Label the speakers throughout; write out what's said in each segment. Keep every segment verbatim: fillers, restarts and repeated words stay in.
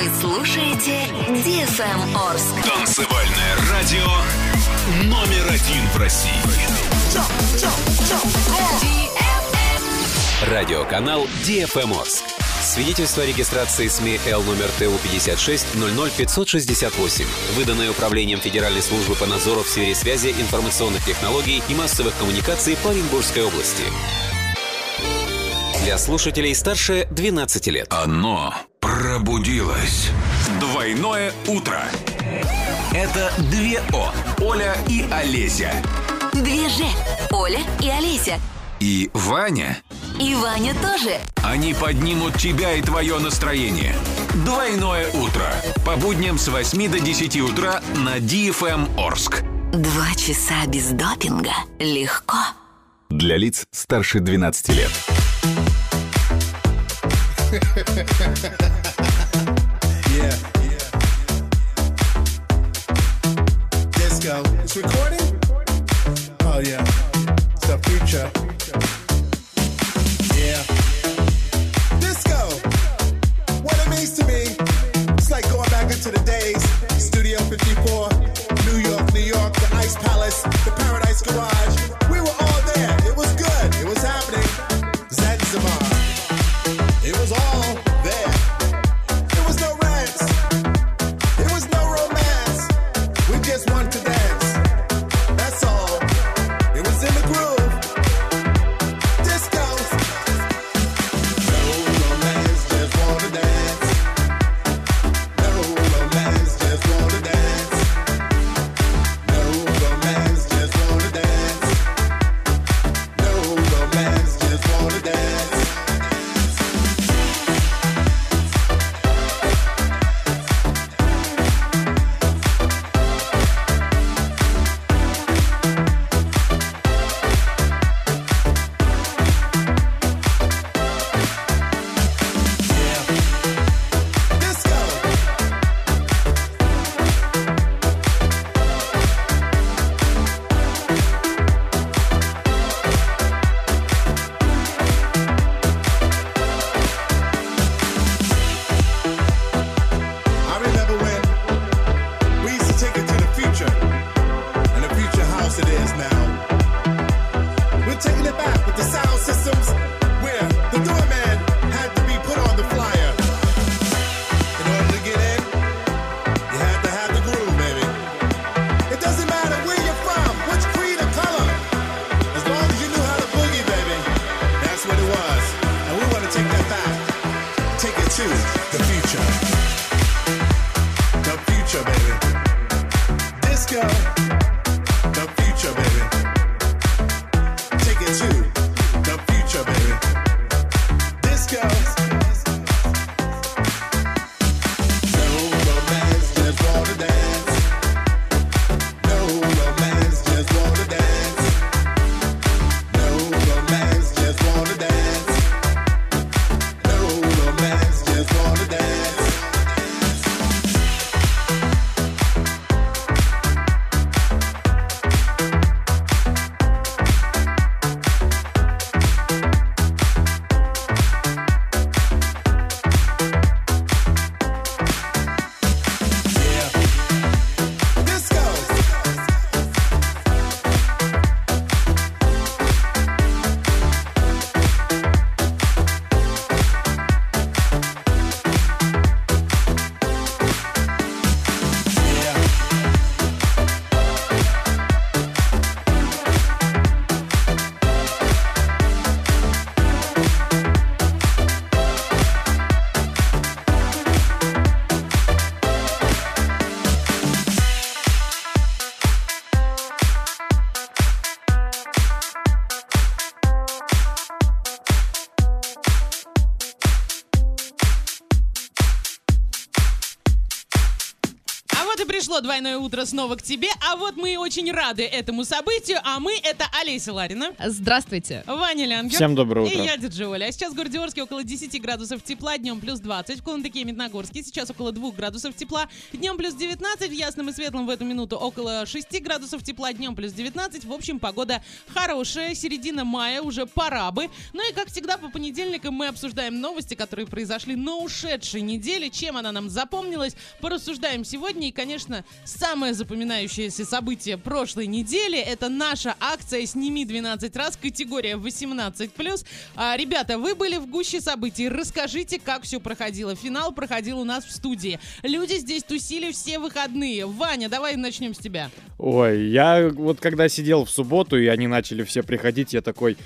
Speaker 1: Вы слушаете ди эф эм Орск.
Speaker 2: Танцевальное радио номер один в России.
Speaker 3: Радиоканал ди эф эм Орск. Свидетельство о регистрации СМИ Л номер Т У пятьдесят шесть ноль ноль пятьсот шестьдесят восемь, выданное Управлением Федеральной службы по надзору в сфере связи, информационных технологий и массовых коммуникаций по Оренбургской области. Для слушателей старше двенадцати лет.
Speaker 2: Оно пробудилось. Двойное утро. Это две О. Оля и Олеся.
Speaker 1: Две Ж. Оля и Олеся.
Speaker 2: И Ваня.
Speaker 1: И Ваня тоже.
Speaker 2: Они поднимут тебя и твое настроение. Двойное утро. По будням с восьми до десяти утра на ди эф эм Орск.
Speaker 1: Два часа без допинга. Легко.
Speaker 4: Для лиц старше двенадцати лет.
Speaker 5: Yeah, yeah. Disco. It's recording? Oh, yeah. It's the future. Yeah. Disco. What it means to me, it's like going back into the days. Studio fifty-four, New York, New York, the Ice Palace, the Paradise Garage. We were all there. It was good. It was happening. Zanzibar. It was all there. There was no rants. There was no romance. We just wanted to dance. That's all. It was in the groove. Disco. No romance, just wanna dance. No romance, just wanna dance. No romance, just wanna dance. No romance, just wanna dance. Disco. I remember when we used to take it to the future, and the future house it is now. We're taking it back with the sound systems where the doorman had to be put on the flyer. In order to get in, you had to have the groove, baby. It doesn't matter where you're from, which creed or color, as long as you knew how to boogie, baby. That's what it was, and we want to take that back. Take it to the future. The future, baby. Disco. The future, baby. Take it to the future, baby. Disco. No romance, just wanna dance. No romance, just wanna dance. No romance, just wanna dance. No romance, just wanna dance.
Speaker 6: Вот и пришло двойное утро снова к тебе, а вот мы очень рады этому событию, а мы — это Олеся Ларина.
Speaker 7: Здравствуйте.
Speaker 6: Ваня Лянгер.
Speaker 8: Всем доброе утро.
Speaker 6: И я, Диджей Оля. А сейчас в городе Орске около десять градусов тепла, днем плюс двадцать. В Куландыке и Медногорске сейчас около двух градусов тепла, днем плюс девятнадцать. В Ясном и Светлом в эту минуту около шести градусов тепла, днем плюс девятнадцать. В общем, погода хорошая, середина мая, уже пора бы. Ну и, как всегда, по понедельникам мы обсуждаем новости, которые произошли на ушедшей неделе, чем она нам запомнилась. Порассуждаем сегодня. И, конечно, самое запоминающееся событие прошлой недели — это наша акция «Сними двенадцать раз», категория восемнадцать плюс. А, ребята, вы были в гуще событий. Расскажите, как все проходило. Финал проходил у нас в студии. Люди здесь тусили все выходные. Ваня, давай начнем с тебя.
Speaker 8: Ой, я вот когда сидел в субботу, и они начали все приходить, я такой...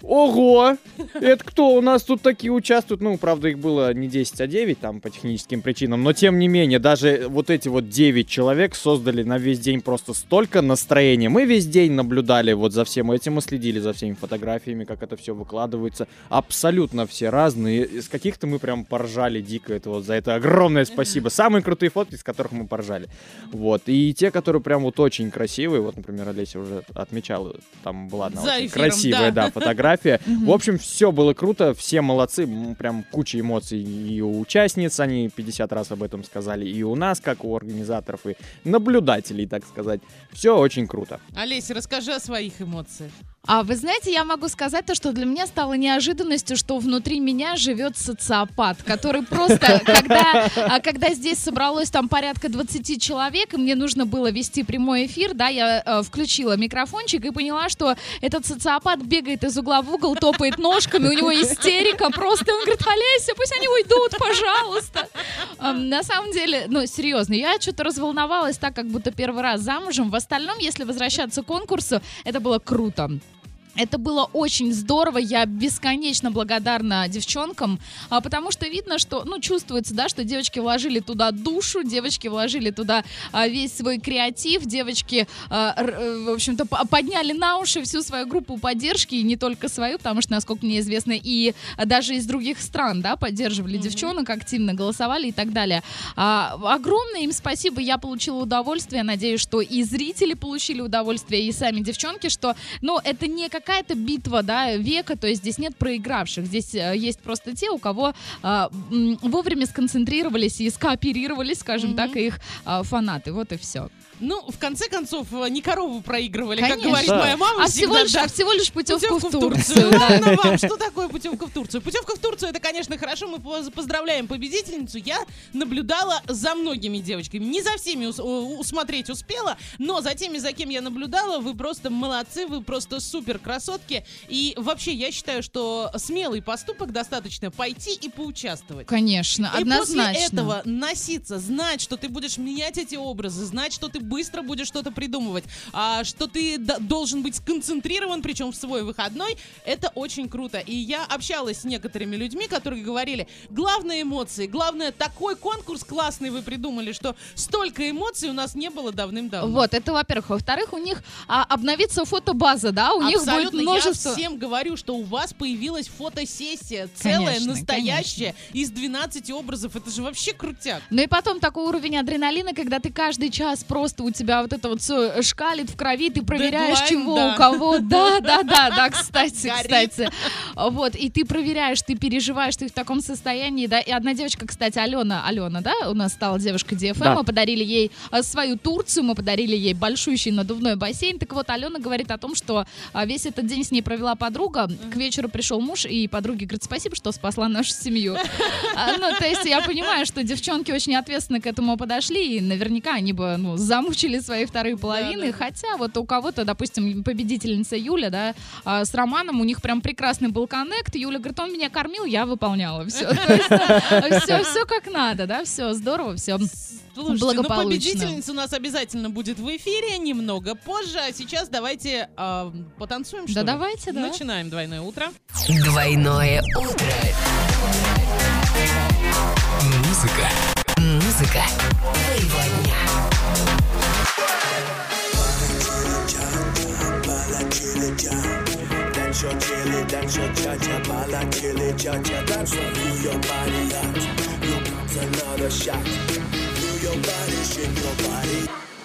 Speaker 8: Ого! Это кто у нас тут такие участвуют? Ну, правда, их было не десять, а девять там по техническим причинам. Но, тем не менее, даже вот эти вот девять человек создали на весь день просто столько настроения. Мы весь день наблюдали вот за всем этим и следили за всеми фотографиями, как это все выкладывается. Абсолютно все разные. Из каких-то мы прям поржали дико. Это вот за это огромное спасибо. Самые крутые фотки, с которых мы поржали. Вот. И те, которые прям вот очень красивые. Вот, например, Олеся уже отмечала. Там была одна
Speaker 6: за
Speaker 8: очень
Speaker 6: эфиром,
Speaker 8: красивая,
Speaker 6: да,
Speaker 8: да, фотография. В общем, все было круто, все молодцы, прям куча эмоций и у участниц, они пятьдесят раз об этом сказали, и у нас, как у организаторов и наблюдателей, так сказать. Все очень круто.
Speaker 6: Олеся, расскажи о своих эмоциях.
Speaker 7: А вы знаете, я могу сказать то, что для меня стало неожиданностью, что внутри меня живет социопат, который просто, когда, когда здесь собралось там порядка двадцати человек, и мне нужно было вести прямой эфир, да, я э, включила микрофончик и поняла, что этот социопат бегает из угла в угол, топает ножками, у него истерика просто, он говорит: Олеся, пусть они уйдут, пожалуйста. Э, на самом деле, ну, серьезно, я что-то разволновалась так, как будто первый раз замужем. В остальном, если возвращаться к конкурсу, это было круто. Это было очень здорово, я бесконечно благодарна девчонкам, а, потому что видно, что, ну, чувствуется, да, что девочки вложили туда душу, девочки вложили туда а, весь свой креатив, девочки, а, р, в общем-то, подняли на уши всю свою группу поддержки, и не только свою, потому что, насколько мне известно, и даже из других стран, да, поддерживали mm-hmm. девчонок, активно голосовали и так далее. А, огромное им спасибо, я получила удовольствие, надеюсь, что и зрители получили удовольствие, и сами девчонки, что, ну, это не как какая-то битва, да, века, то есть здесь нет проигравших, здесь э, есть просто те, у кого э, м, вовремя сконцентрировались и скооперировались, скажем mm-hmm. так, и их э, фанаты, вот и все.
Speaker 6: Ну, в конце концов, не корову проигрывали,
Speaker 7: Конечно.
Speaker 6: как говорит
Speaker 8: да.
Speaker 6: моя мама
Speaker 7: а
Speaker 6: всегда.
Speaker 7: Всего лишь,
Speaker 6: да.
Speaker 7: а всего лишь путевку,
Speaker 6: путевку
Speaker 7: в Турцию.
Speaker 6: В Турцию. Ладно вам, что такое путевка в Турцию? Путевка в Турцию — это, конечно, хорошо, мы поздравляем победительницу. Я наблюдала за многими девочками. Не за всеми ус- усмотреть успела, но за теми, за кем я наблюдала, вы просто молодцы, вы просто супер красотки. И вообще, я считаю, что смелый поступок достаточно пойти и поучаствовать.
Speaker 7: Конечно,
Speaker 6: и
Speaker 7: однозначно.
Speaker 6: И после этого носиться, знать, что ты будешь менять эти образы, знать, что ты быстро будешь что-то придумывать, а, что ты д- должен быть сконцентрирован, причем в свой выходной, это очень круто. И я общалась с некоторыми людьми, которые говорили: главное эмоции, главное, такой конкурс классный вы придумали, что столько эмоций у нас не было давным-давно.
Speaker 7: Вот, это во-первых. Во-вторых, у них а, обновится фотобаза, да, у
Speaker 6: Абсолютно.
Speaker 7: них будет множество...
Speaker 6: Я всем говорю, что у вас появилась фотосессия, целая,
Speaker 7: Конечно,
Speaker 6: настоящая, конечно. Из двенадцати образов. Это же вообще крутяк.
Speaker 7: Ну и потом такой уровень адреналина, когда ты каждый час просто у тебя вот это вот все шкалит в крови, ты проверяешь,
Speaker 6: Дедлайн,
Speaker 7: чего
Speaker 6: да.
Speaker 7: у кого. Да, да, да, да, кстати,
Speaker 6: Горит.
Speaker 7: кстати. Вот, и ты проверяешь, ты переживаешь, ты в таком состоянии, да. И одна девочка, кстати, Алена, Алена, да, у нас стала девушка ди эф эм,
Speaker 8: Да.
Speaker 7: мы подарили ей а, свою Турцию, мы подарили ей большущий надувной бассейн. Так вот, Алена говорит о том, что а, весь этот день с ней провела подруга, к вечеру пришел муж, и подруге говорит: спасибо, что спасла нашу семью. А, ну, то есть я понимаю, что девчонки очень ответственно к этому подошли, и наверняка они бы, ну, замучили свои вторые половины,
Speaker 6: Да, да.
Speaker 7: хотя вот у кого-то, допустим, победительница Юля, да, а, с Романом у них прям прекрасный был коннект. Юля говорит: он меня кормил, я выполняла. Все, все, все как надо, да, все здорово, все
Speaker 6: Слушайте,
Speaker 7: благополучно.
Speaker 6: ну победительница у нас обязательно будет в эфире немного позже, а сейчас давайте э, потанцуем, что
Speaker 7: Да
Speaker 6: ли?
Speaker 7: давайте, да.
Speaker 6: Начинаем двойное утро.
Speaker 1: Двойное утро.
Speaker 2: Музыка.
Speaker 1: Музыка твоего дня.
Speaker 5: Dance your chili, dance your cha-cha, bala, chili, cha-cha. Dance on, move your body out. You got another shot. Move your your body, shake your body.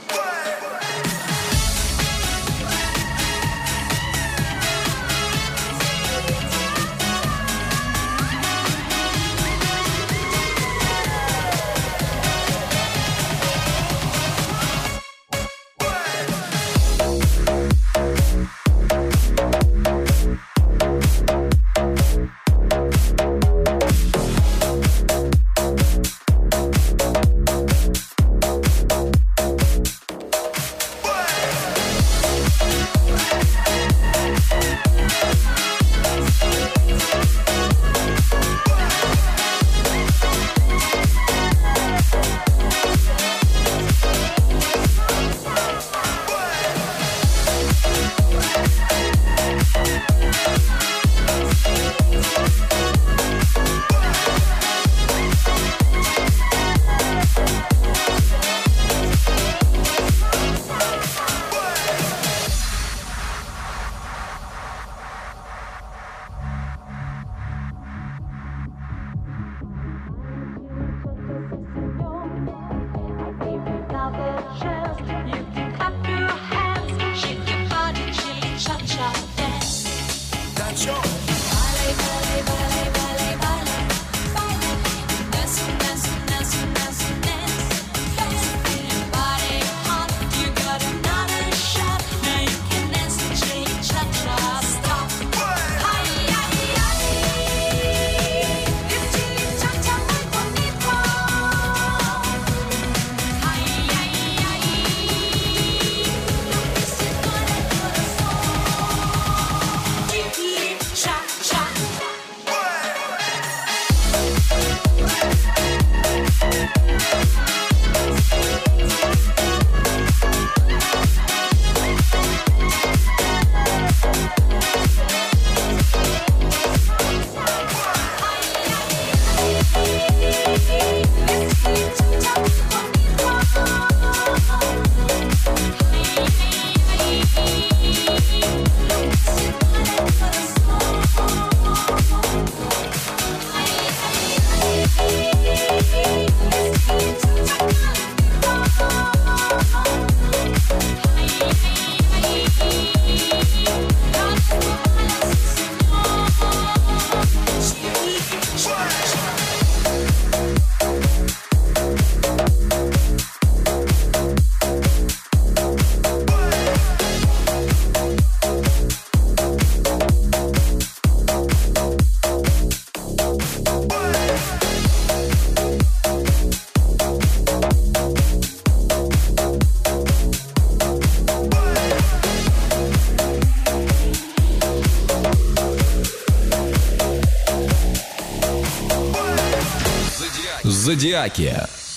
Speaker 2: Зодиаки.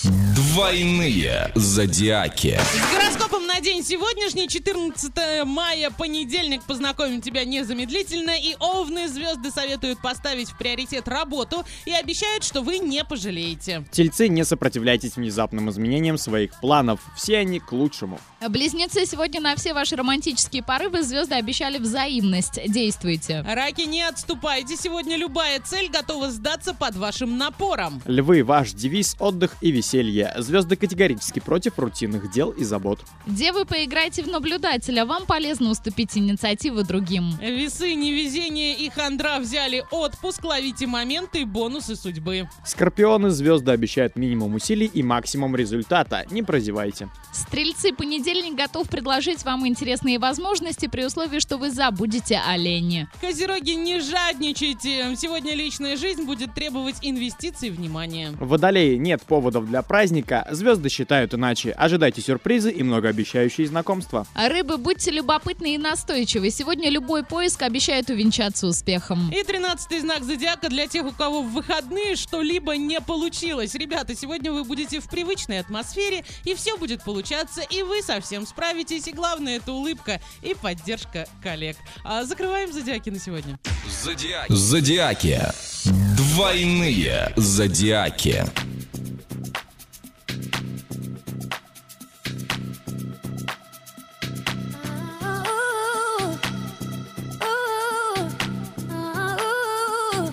Speaker 2: Двойные зодиаки.
Speaker 6: С гороскопом на день сегодняшний, четырнадцатое мая, понедельник, познакомим тебя незамедлительно. И овны, звезды советуют поставить в приоритет работу и обещают, что вы не пожалеете.
Speaker 8: Тельцы, не сопротивляйтесь внезапным изменениям своих планов. Все они к лучшему.
Speaker 7: Близнецы, сегодня на все ваши романтические порывы звезды обещали взаимность. Действуйте.
Speaker 6: Раки, не отступайте. Сегодня любая цель готова сдаться под вашим напором.
Speaker 8: Львы, ваш девиз — отдых и веселье. Звезды категорически против рутинных дел и забот.
Speaker 7: Девы, поиграйте в наблюдателя. Вам полезно уступить инициативу другим.
Speaker 6: Весы, невезение и хандра взяли отпуск. Ловите моменты и бонусы судьбы.
Speaker 8: Скорпионы, звезды обещают минимум усилий и максимум результата. Не прозевайте.
Speaker 7: Стрельцы, понедельник готов предложить вам интересные возможности при условии, что вы забудете о лени.
Speaker 6: Козероги, не жадничайте. Сегодня личная жизнь будет требовать инвестиций и внимания.
Speaker 8: Водолеи, нет поводов для праздника. Звезды считают иначе. Ожидайте сюрпризы и многообещающие знакомства.
Speaker 7: Рыбы, будьте любопытны и настойчивы. Сегодня любой поиск обещает увенчаться успехом.
Speaker 6: И тринадцатый знак зодиака для тех, у кого в выходные что-либо не получилось. Ребята, сегодня вы будете в привычной атмосфере, и все будет получаться, и вы совсем справитесь. И главное, это улыбка и поддержка коллег. А закрываем зодиаки на сегодня.
Speaker 2: Зодиаки. Зодиаки. Двойные зодиаки.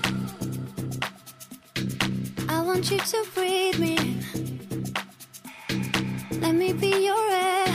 Speaker 9: I want you to breathe me. Let me be your air.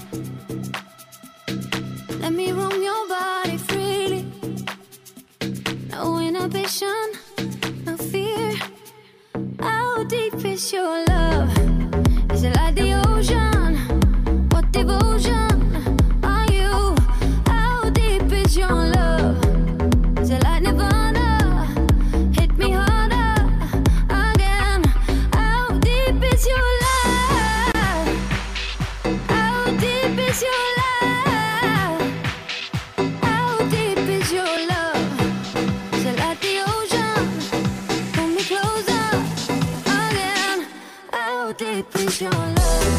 Speaker 9: Let me roam your body freely. No inhibition, no fear. How deep is your love? Is it like the ocean? What devotion are you? How deep is your love? Is it like Nirvana? Hit me harder again. How deep is your love? How deep is your love? How deep is your love? Is it like the ocean? Pull me closer again. How deep is your love?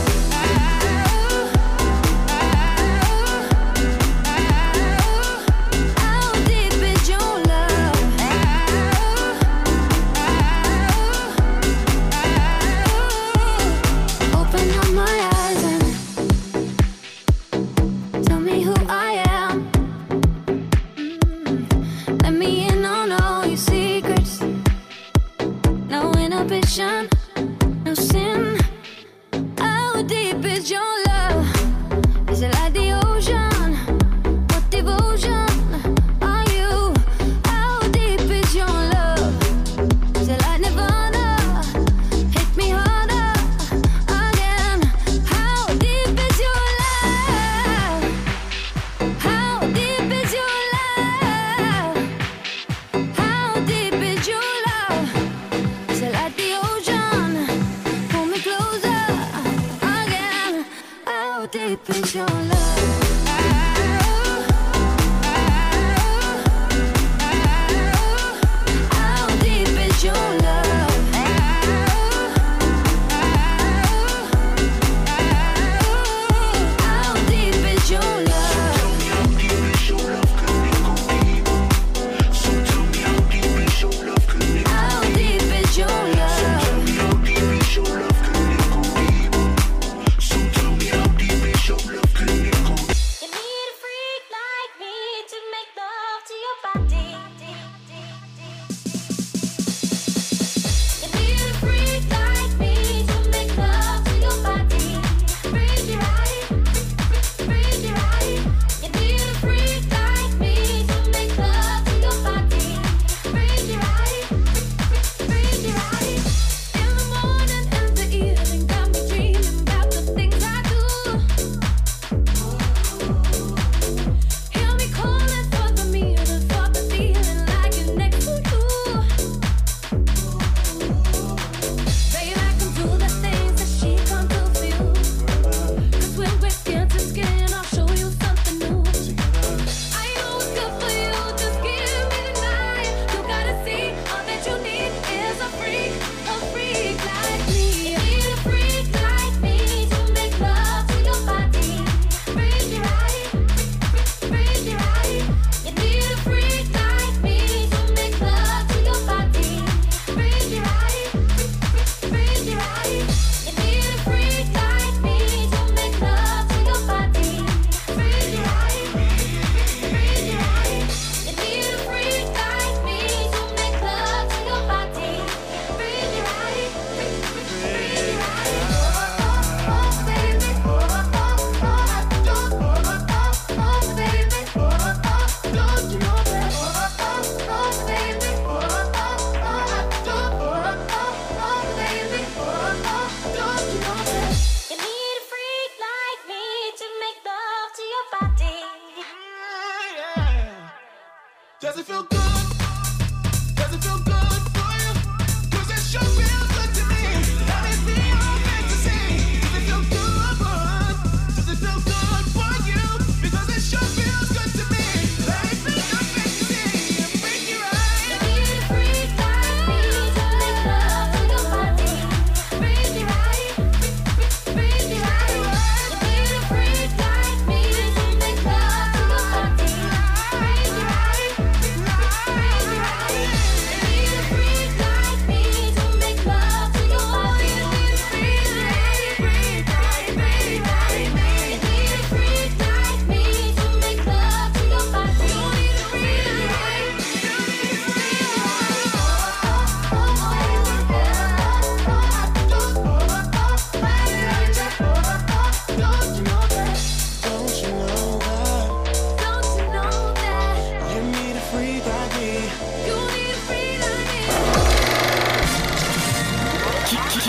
Speaker 9: No sin. How deep is your love? Is it like the ocean? What devotion are you? How deep is your love? Is it like Nirvana? Hit me harder again. How deep is your love? How deep is your love? How deep is your love? Is it like the ocean? Pull me closer again.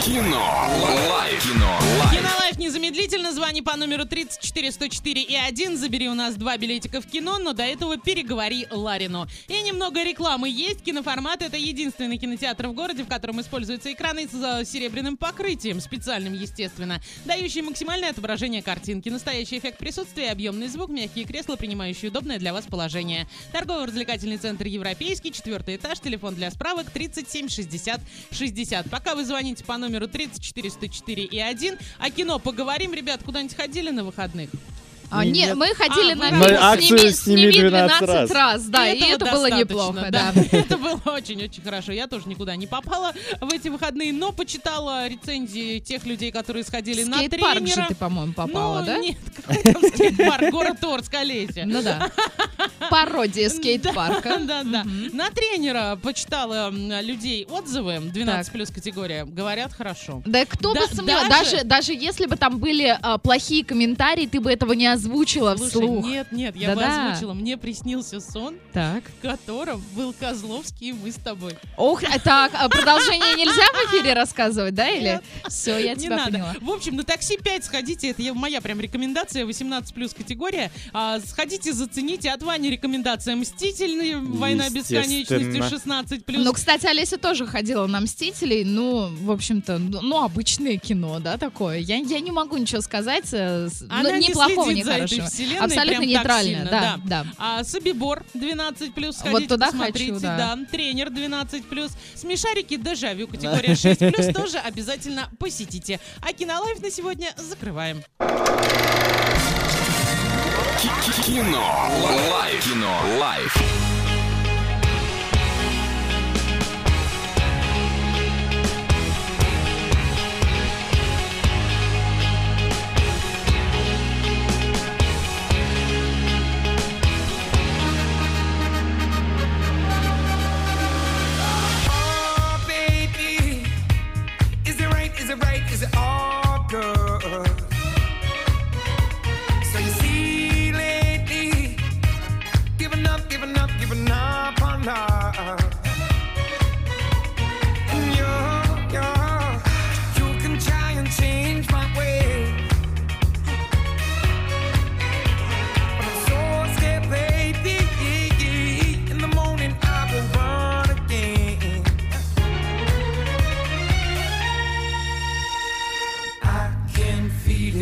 Speaker 2: Кино. Лайф. Кино. Лайф.
Speaker 6: Кинолайф незамедлительно. Звони по номеру тридцать четыре сто четыре и один. Забери у нас два билетика в кино, но до этого переговори Ларину. И немного рекламы есть. Киноформат — это единственный кинотеатр в городе, в котором используются экраны с серебряным покрытием, специальным, естественно, дающие максимальное отображение картинки, настоящий эффект присутствия, объемный звук, мягкие кресла, принимающие удобное для вас положение. Торгово-развлекательный центр «Европейский», четвертый этаж, телефон для справок тридцать семь шестьдесят шестьдесят. Пока вы звоните по номеру тридцать четыре сто четыре и один, о кино поговорим. Ребят, куда-нибудь ходили на выходных?
Speaker 7: А, нет,
Speaker 8: Нет.
Speaker 7: мы ходили
Speaker 6: А,
Speaker 7: на
Speaker 6: вы-
Speaker 7: фильм
Speaker 8: акцию
Speaker 7: «Сними,
Speaker 8: «Сними
Speaker 7: сними
Speaker 8: двенадцать
Speaker 7: двенадцать раз». Да, и
Speaker 6: Этого
Speaker 7: это было
Speaker 6: достаточно,
Speaker 7: неплохо, да.
Speaker 6: Это было очень-очень хорошо. Я тоже никуда не попала в эти выходные, но почитала рецензии тех людей, которые сходили на
Speaker 7: Скейт-парк же
Speaker 6: тренера.
Speaker 7: ты, по-моему, попала,
Speaker 6: Ну,
Speaker 7: да?
Speaker 6: нет, какой там скейт-парк, город Орск, Олеся.
Speaker 7: Ну да. Пародия скейт-парка.
Speaker 6: Да, да. На тренера почитала м, людей отзывы, двенадцать плюс категория, говорят хорошо.
Speaker 7: Да кто
Speaker 6: Да,
Speaker 7: бы сомневался,
Speaker 6: даже-
Speaker 7: даже, даже если бы там были а, плохие комментарии, ты бы этого не озвучила
Speaker 6: Слушай,
Speaker 7: вслух.
Speaker 6: нет, нет, я бы
Speaker 7: Да-да.
Speaker 6: озвучила. Мне приснился сон,
Speaker 7: Так.
Speaker 6: в котором был Козловский и мы с тобой.
Speaker 7: Ох, а так, а продолжение нельзя в эфире рассказывать, да, или? Все, я
Speaker 6: Не
Speaker 7: тебя
Speaker 6: надо.
Speaker 7: поняла.
Speaker 6: В общем, на такси пять сходите, это я- моя прям рекомендация, восемнадцать плюс категория. А, сходите, зацените. От Вани рекомендация «Мстительные», «Война бесконечности»,
Speaker 8: Естественно.
Speaker 6: шестнадцать плюс.
Speaker 7: Ну, кстати, Олеся тоже ходила на «Мстителей», ну, в общем-то, ну, ну, обычное кино, да, такое. Я, я не могу ничего сказать, э, с-
Speaker 6: Она
Speaker 7: ну,
Speaker 6: не
Speaker 7: ни плохого,
Speaker 6: следит
Speaker 7: ни
Speaker 6: за этой
Speaker 7: хорошего.
Speaker 6: вселенной
Speaker 7: Абсолютно
Speaker 6: прям так
Speaker 7: нейтрально,
Speaker 6: сильно,
Speaker 7: да, да.
Speaker 6: А Собибор двенадцать плюс,
Speaker 7: Вот
Speaker 6: сходите,
Speaker 7: туда
Speaker 6: посмотрите,
Speaker 7: хочу, да.
Speaker 6: Тренер двенадцать плюс, Смешарики, Дежавю, категория шесть плюс, тоже обязательно посетите. А Кинолайф на сегодня закрываем.
Speaker 2: Кино. Лайф. Кино. Лайф.
Speaker 10: Oh, baby, is it right? Is it right? Is it all good? So you see, lately, giving up, giving up, giving up on love. And you, you, you can try and change my way, but I'm so scared, baby. In the morning, I will run again. I can feel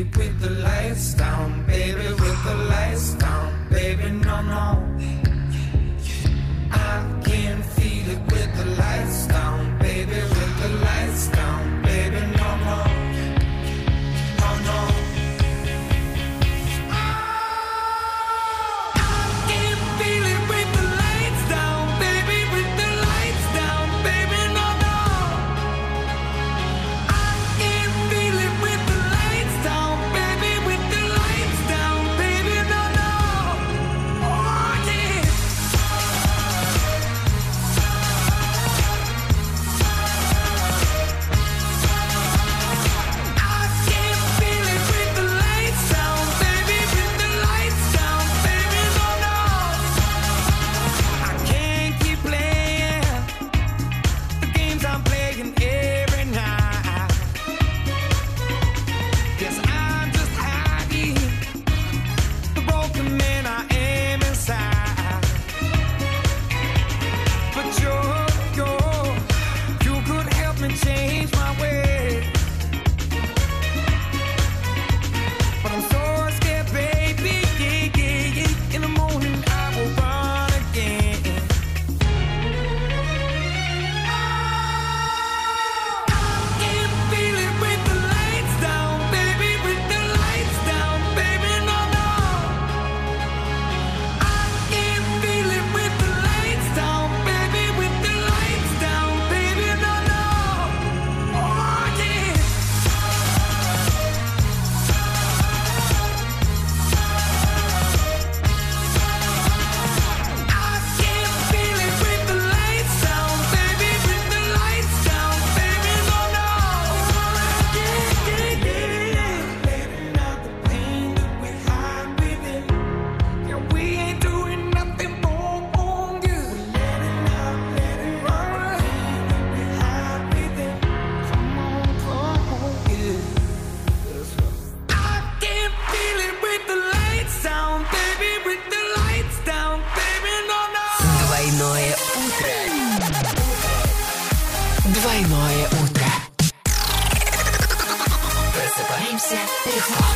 Speaker 9: Все перехват.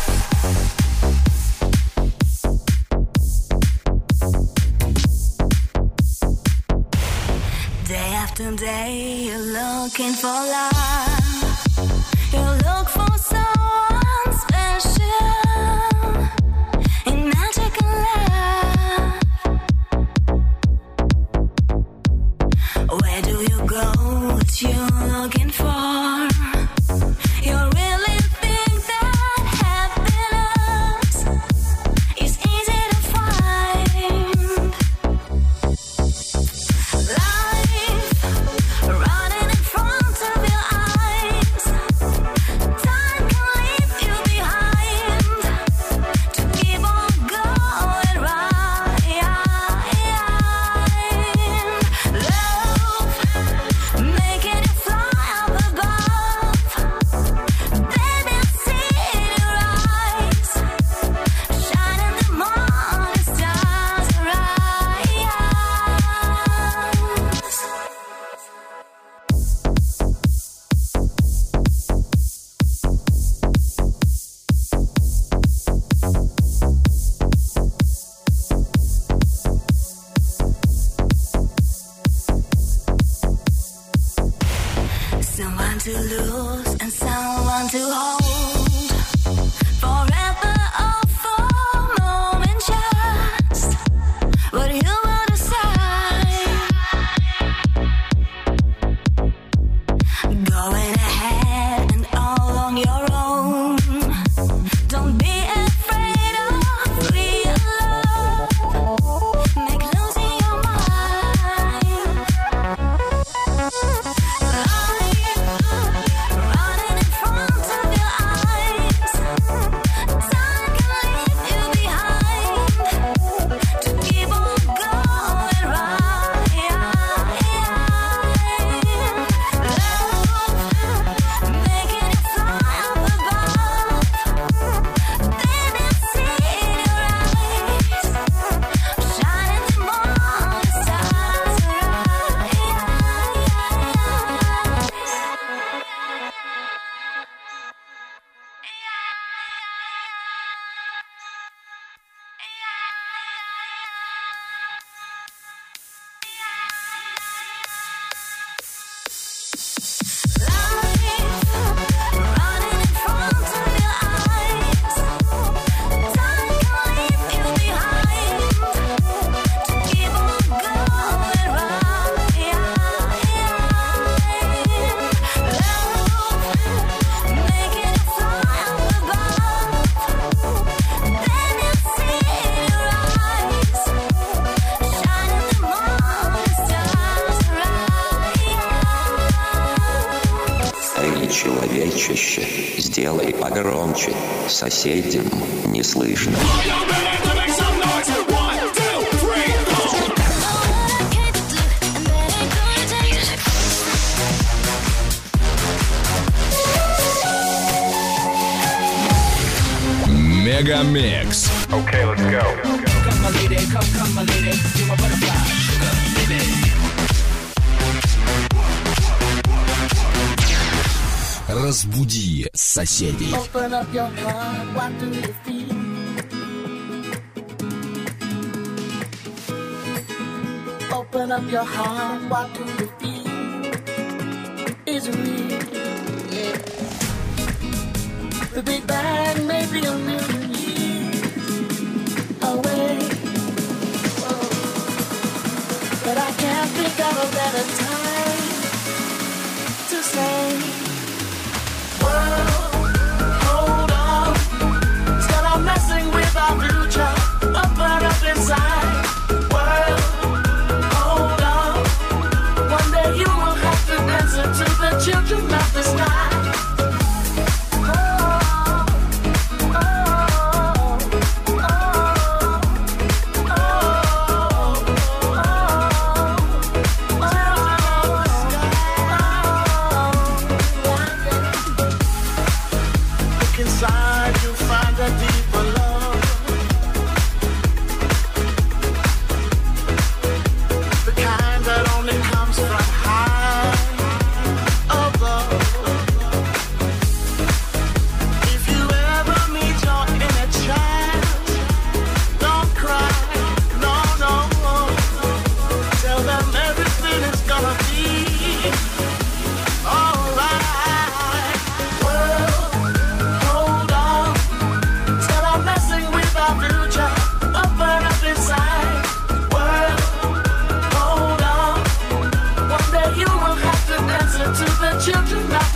Speaker 9: Day after day, you're looking for love. You look for someone special in magical love. Where do you go? What you looking for? You really think that happiness is easy to find? Life running in front of your eyes. Time can leave you behind to keep on going right. Love making you fly up above. Baby, I see in your eyes, shining the morning stars arise. Someone to lose and someone to hold. Forever or for a moment just. What you will decide. Going ahead and all on your own. Don't be afraid of real love. Make losing your mind. Running in front of your eyes. Time can leave you behind to keep on going right. Love making you fly up above. Baby, I see in your eyes, shining the morning stars arise. Running in front of your eyes. Time can leave you behind to keep on going right. Love making you fly up above. Baby, I see in your eyes, shining the morning stars arise.
Speaker 11: Эй, человечище, сделай погромче, соседям не слышно.
Speaker 2: Мегамикс.
Speaker 10: Okay, let's go. Come, my lady, come, come, my lady. You're my butterfly, sugar, baby.
Speaker 2: Разбуди соседей.
Speaker 9: Open up your heart, what do you feel? Open up your heart, what do you feel? Is it real? Yeah. The Big Bang may be a million years away. Whoa. But I can't think of a better time to say, world, hold on. Instead of messing with our future, open up inside. World, hold on. One day you will have to answer to the children of the sky.
Speaker 5: Inside you find a deeper love, the kind that only comes from high above.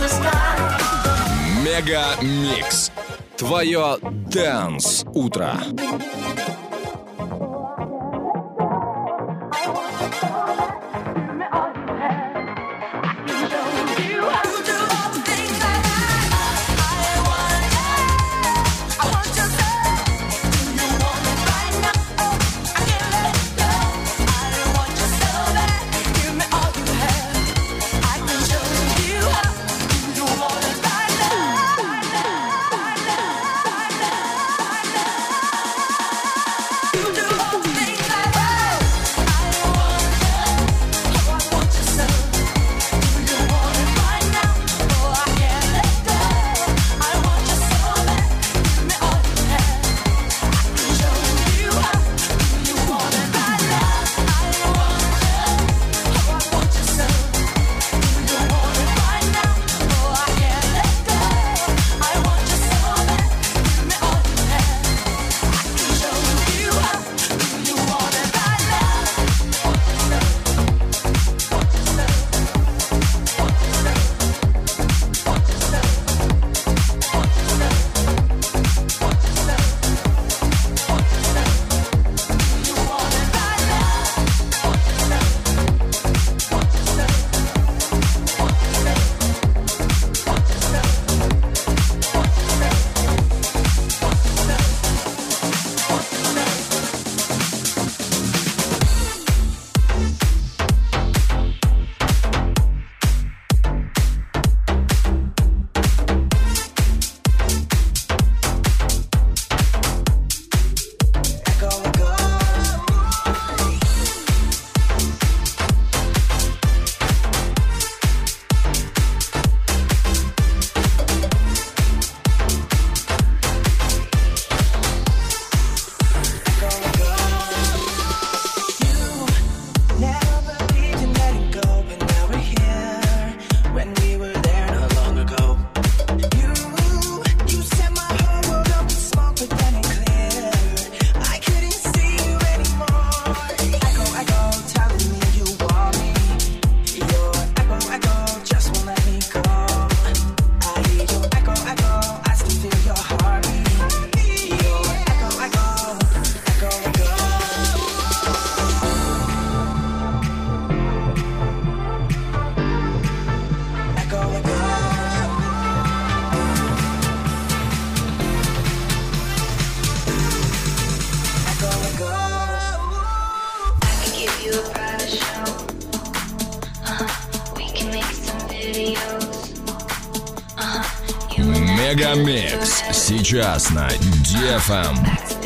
Speaker 12: Мега Микс. Твое Дэнс утро. Мегамикс сейчас на ди эф эм.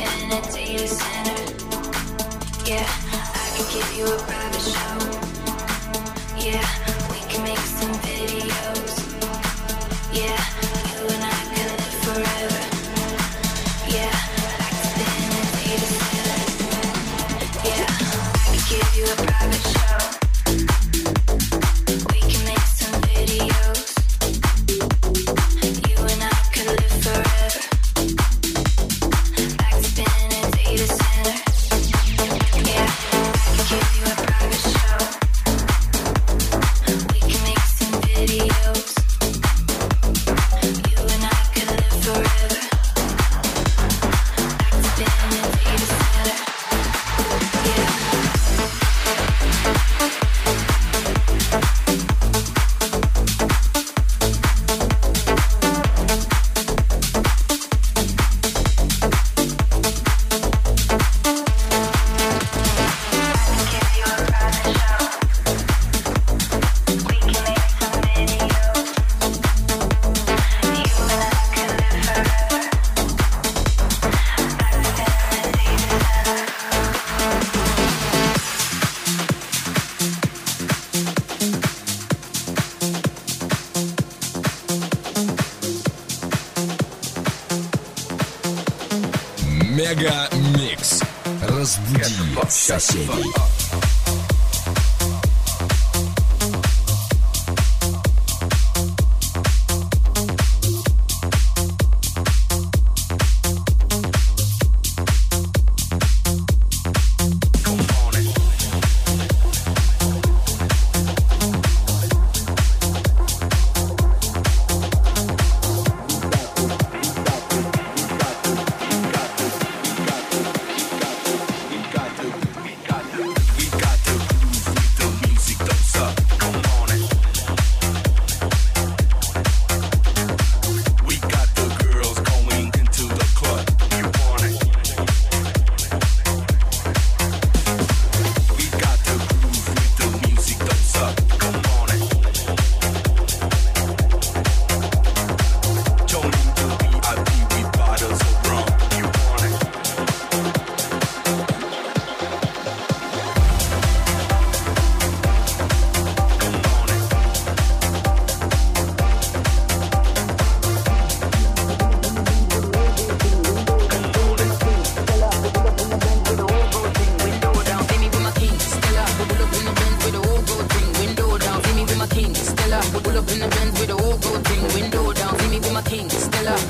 Speaker 12: Мега Микс. Разбуди соседей.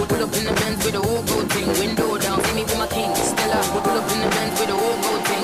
Speaker 13: pull up in the Benz with a whole gold thing. Window down, see me with my king. Stella, we pull up in the Benz with a whole gold thing.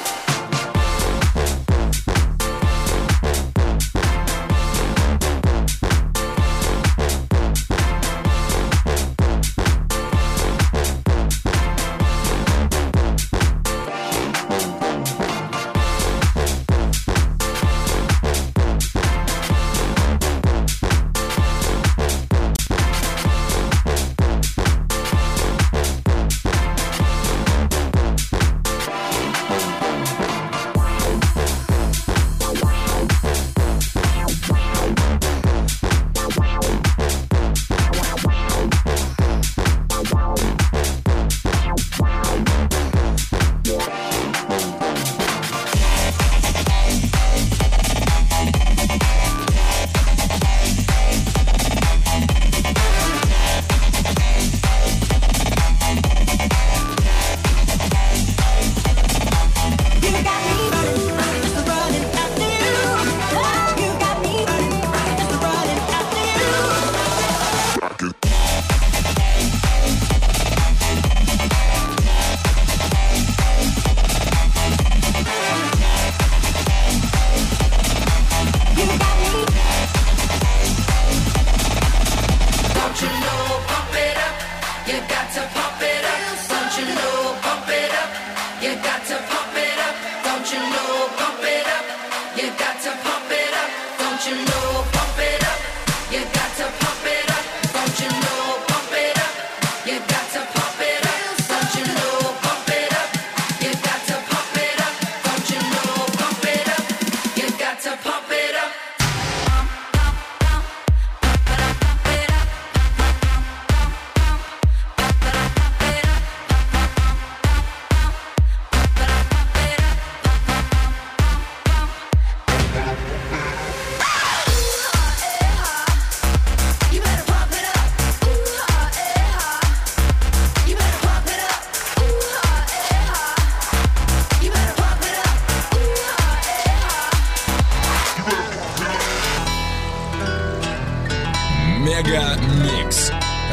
Speaker 12: Мегамикс.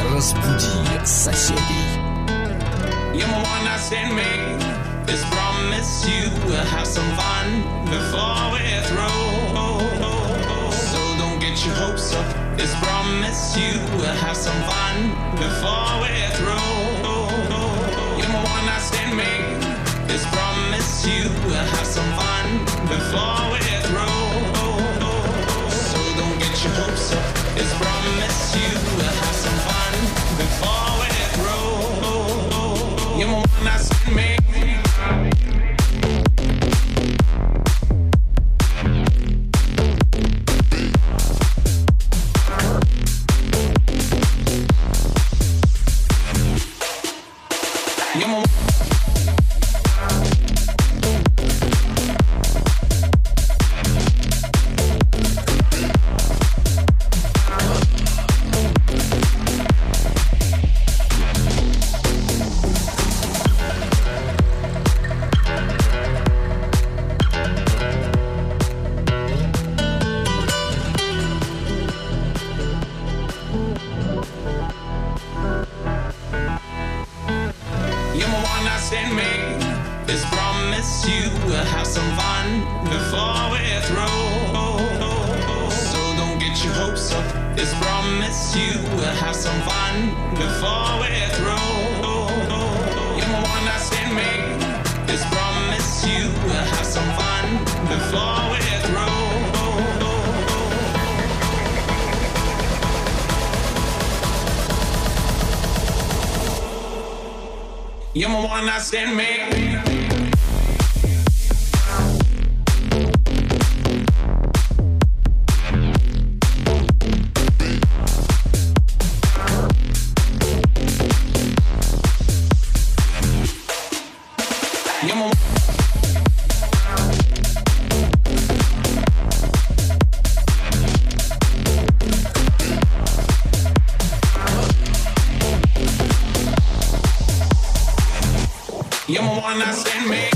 Speaker 12: Разбуди соседей.
Speaker 10: You're my one night stand man. Just promise you we'll have some fun before we're through. So don't get your hopes up. Just promise you we'll have some fun before we're through. You're my one night stand man. Just promise you we'll have some fun before we're through. So don't get your hopes up. Just promise you we'll have some fun before we're through. You're my one night stand man. You're my one night stand man. You're my one night stand man.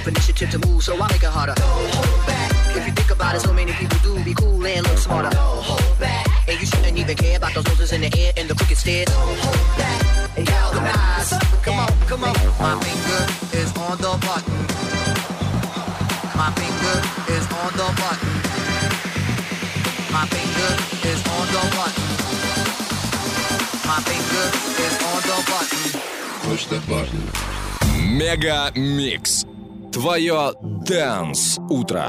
Speaker 13: enough initiative to move, so I make it harder. Don't hold back. If you think about it, so many people do be cool and look smarter. Don't hold back. And you shouldn't even care about those roses in the air and the crooked stairs. Don't hold back. And galvanize. Come on, come on. My finger is on the button. My finger is on the button. My finger is on the button. My finger is on the button.
Speaker 12: Push the button. Мега Микс. Твое Dance утро.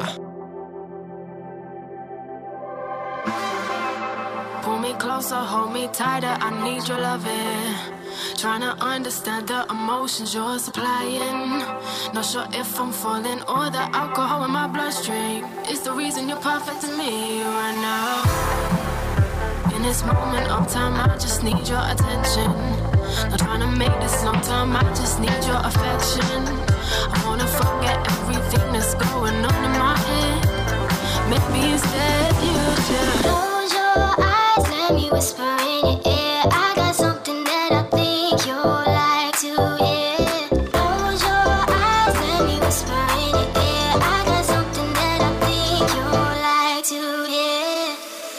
Speaker 14: Pull me closer, hold me tighter, I need your loving. Trying to understand the emotions you're supplying. Not sure if I'm falling or the alcohol in my bloodstream is the reason you're perfect to me right now. In this moment of time, I just need your attention. Not trying to make this long time, I just need your affection. I wanna forget everything that's going on in my head. Maybe instead you should
Speaker 9: close your eyes, let me whisper in your ear. I got something that I think you'll like to hear. Close your eyes, let me whisper in your ear. I got something that I think you'll like to hear.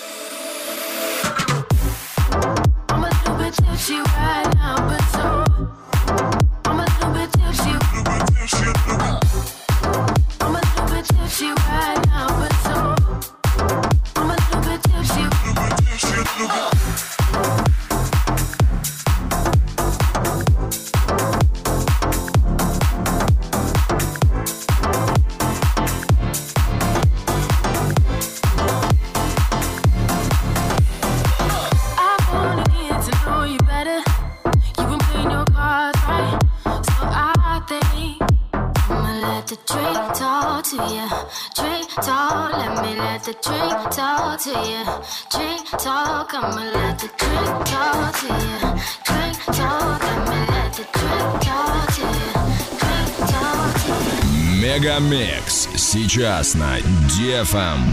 Speaker 14: I'm a little bit tipsy right now, but so I'm a little bit tipsy. I'm a little bit tipsy right now, but so I'm a little bit tipsy.
Speaker 9: The drink talk to you, drink talk, I'ma let the drink talk to you, drink talk, I'ma let the drink talk to you, drink talk to you.
Speaker 12: Мега Микс сейчас на ди эф эм.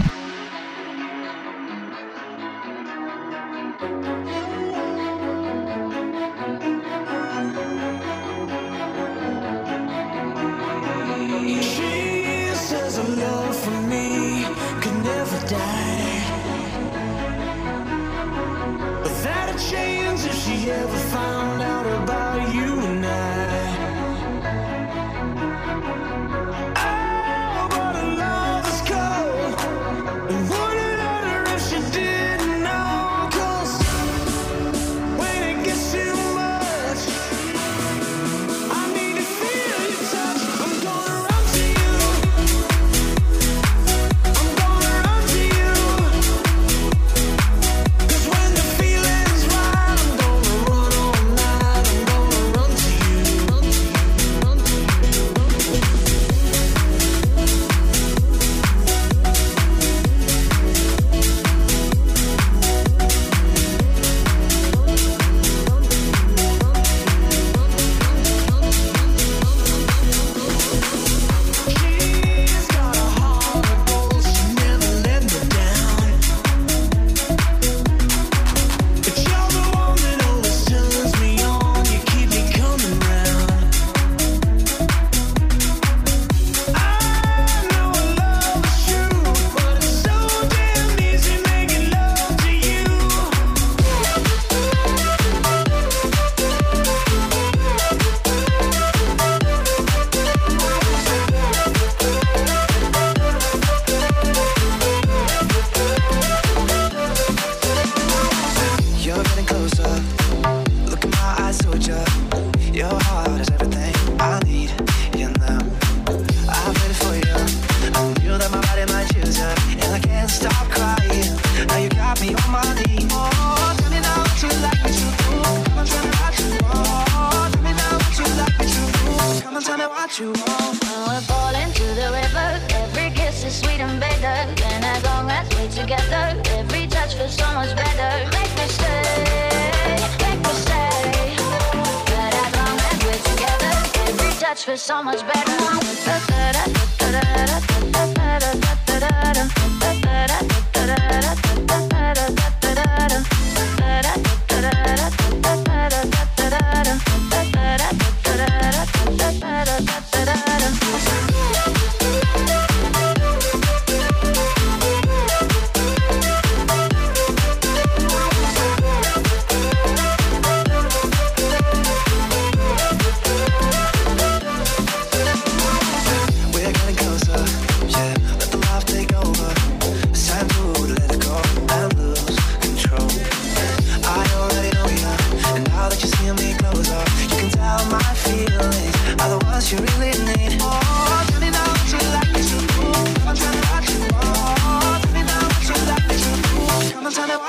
Speaker 9: For so much better.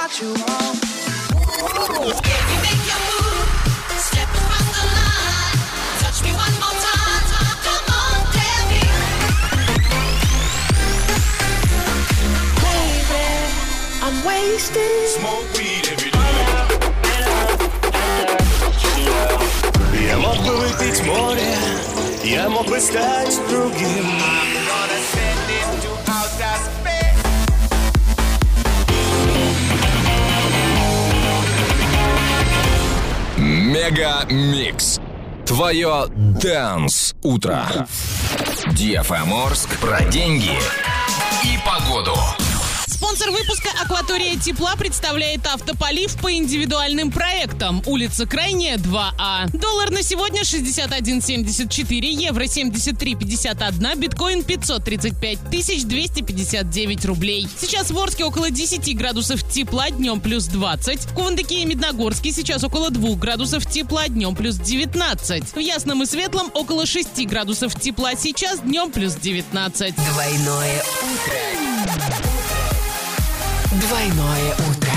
Speaker 10: what you want. I'm wasted. Smoke weed every day.
Speaker 15: Я мог бы выпить море, я мог бы стать другим.
Speaker 10: I'm gonna send it to outer space.
Speaker 12: Мега Микс. Твое Dance утро. ди эф эм Орск про деньги и погоду.
Speaker 6: Спонсор выпуска «Акватория тепла» представляет автополив по индивидуальным проектам. Улица Крайняя, два А. Доллар на сегодня шестьдесят один семьдесят четыре, евро семьдесят три пятьдесят один, биткоин пятьсот тридцать пять тысяч двести пятьдесят девять рублей. Сейчас в Орске около десять градусов тепла, днем плюс двадцать. В Кувандыке и Медногорске сейчас около двух градусов тепла, днем плюс девятнадцать. В Ясном и Светлом около шести градусов тепла, сейчас днем плюс девятнадцать.
Speaker 1: Двойное утро. Двойное утро.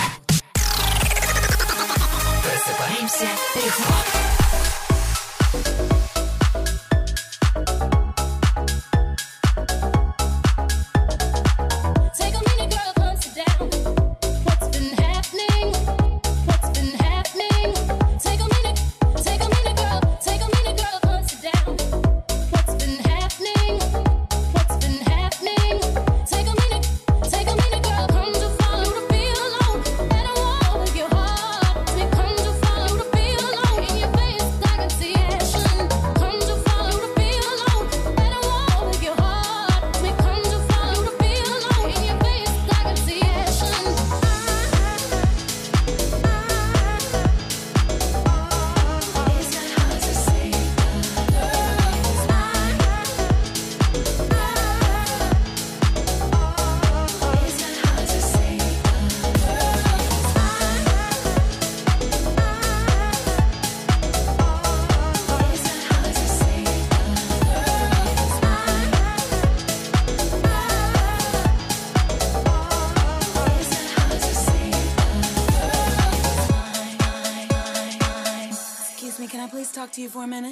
Speaker 1: Просыпаемся легко.
Speaker 14: Talk to you for a minute.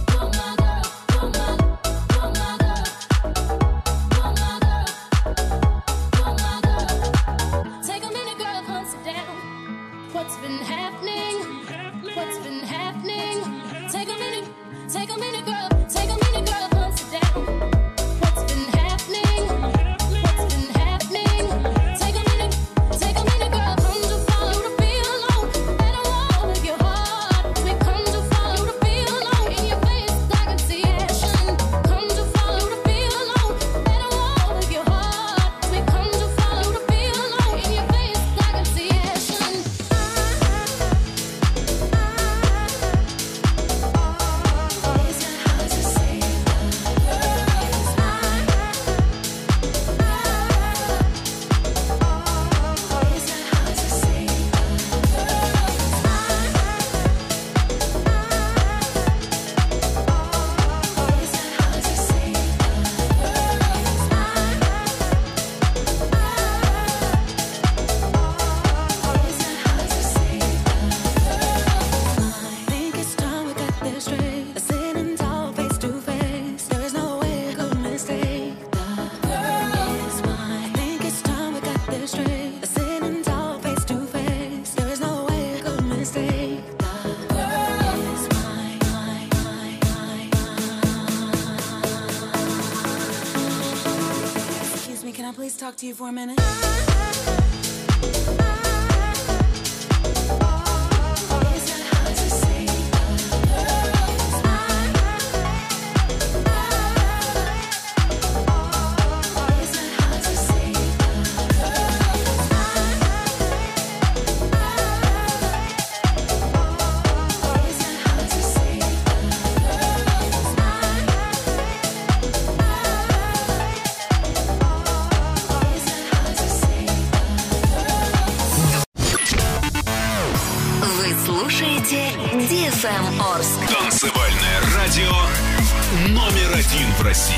Speaker 14: Talk to you for a minute.
Speaker 1: ди эф эм Орск.
Speaker 2: Танцевальное радио номер один в России.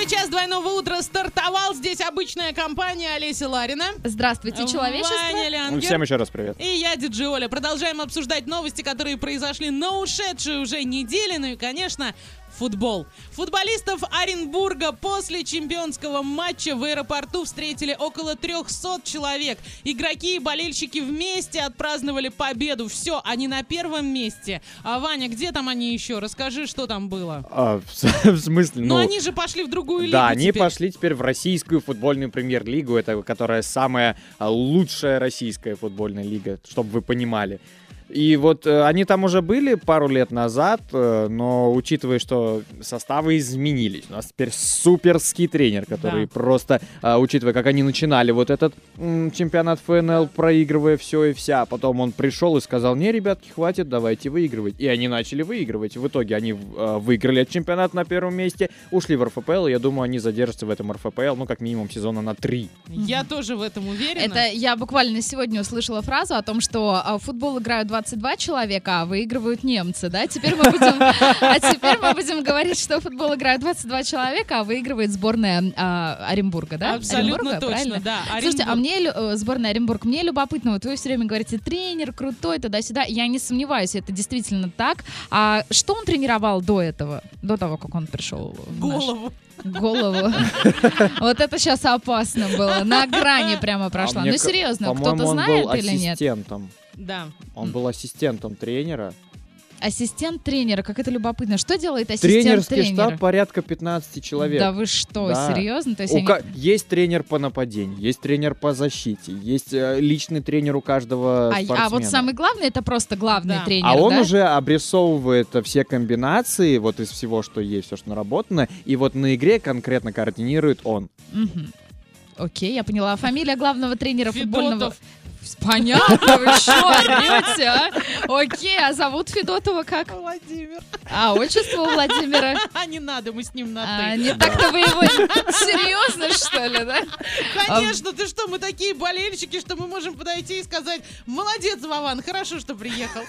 Speaker 6: Второй час двойного утра стартовал. Здесь обычная компания Олеся Ларина.
Speaker 7: Здравствуйте, человечество.
Speaker 6: Ваня Лянгер.
Speaker 8: Всем еще раз привет.
Speaker 6: И я, диджей Оля. Продолжаем обсуждать новости, которые произошли на ушедшей уже неделе. Ну и, конечно, футбол. Футболистов Оренбурга после чемпионского матча в аэропорту встретили около трехсот человек. Игроки и болельщики вместе отпраздновали победу. Все, они на первом месте. А, Ваня, где там они еще? Расскажи, что там было.
Speaker 8: А, в, в смысле?
Speaker 6: Ну,
Speaker 8: ну,
Speaker 6: они же пошли в другую лигу.
Speaker 8: Да, они
Speaker 6: теперь.
Speaker 8: пошли теперь в российскую футбольную премьер-лигу, это которая самая а, лучшая российская футбольная лига, чтобы вы понимали. И вот э, они там уже были пару лет назад, э, но учитывая, что составы изменились, у нас теперь суперский тренер, который
Speaker 6: Да.
Speaker 8: просто, э, учитывая, как они начинали вот этот м, чемпионат эф эн эл, проигрывая все и вся, потом он пришел и сказал: не, ребятки, хватит, давайте выигрывать. И они начали выигрывать. В итоге они э, выиграли этот чемпионат на первом месте, ушли в эр эф пэ эл, и я думаю, они задержатся в этом эр эф пэ эл, ну, как минимум, сезона на три.
Speaker 6: Я тоже в этом уверена.
Speaker 7: Это я буквально сегодня услышала фразу о том, что а, в футбол играют двадцать два человека, а выигрывают немцы, да? Теперь мы будем, а теперь мы будем говорить, что в футбол играют двадцать два человека, а выигрывает сборная а, Оренбурга, да?
Speaker 6: Абсолютно
Speaker 7: Оренбурга,
Speaker 6: точно,
Speaker 7: правильно?
Speaker 6: да.
Speaker 7: Слушайте, а
Speaker 6: Оренбург.
Speaker 7: мне лю- э, сборная Оренбург, мне любопытно, вот вы все время говорите, тренер крутой, туда-сюда. Я не сомневаюсь, это действительно так. А что он тренировал до этого, до того, как он пришел в наш-
Speaker 6: Голову.
Speaker 7: Голову. Вот это сейчас опасно было. На грани прямо прошла.
Speaker 8: А мне
Speaker 7: Ну
Speaker 8: ка-
Speaker 7: серьезно,
Speaker 8: по-моему,
Speaker 7: кто-то
Speaker 8: он
Speaker 7: знает
Speaker 8: был
Speaker 7: или нет?
Speaker 8: ассистентом.
Speaker 6: Да.
Speaker 8: Он был ассистентом тренера.
Speaker 7: Ассистент тренера, как это любопытно. Что делает ассистент
Speaker 8: Тренерский
Speaker 7: тренера?
Speaker 8: штаб порядка пятнадцати человек.
Speaker 7: Да вы что,
Speaker 8: Да.
Speaker 7: серьезно? То есть
Speaker 8: У
Speaker 7: они-
Speaker 8: ка- Есть тренер по нападению, есть тренер по защите, есть э, личный тренер у каждого
Speaker 7: а,
Speaker 8: спортсмена.
Speaker 7: а вот самый главный, это просто главный
Speaker 6: Да.
Speaker 7: тренер,
Speaker 8: А он
Speaker 7: да?
Speaker 8: уже обрисовывает э, все комбинации вот из всего, что есть, все, что наработано, и вот на игре конкретно координирует он.
Speaker 7: Мгм. Окей, я поняла. А фамилия главного тренера футбольного...
Speaker 6: Федотов.
Speaker 7: Понятно, вы что, орете, а? Окей, а зовут Федотова как?
Speaker 6: Владимир.
Speaker 7: А отчество у Владимира?
Speaker 6: А не надо, мы с ним на
Speaker 7: А,
Speaker 6: «ты».
Speaker 7: не так-то вы его... Серьезно, что ли, да?
Speaker 6: Конечно, ты что, мы такие болельщики, что мы можем подойти и сказать: молодец, Вован, хорошо, что приехал.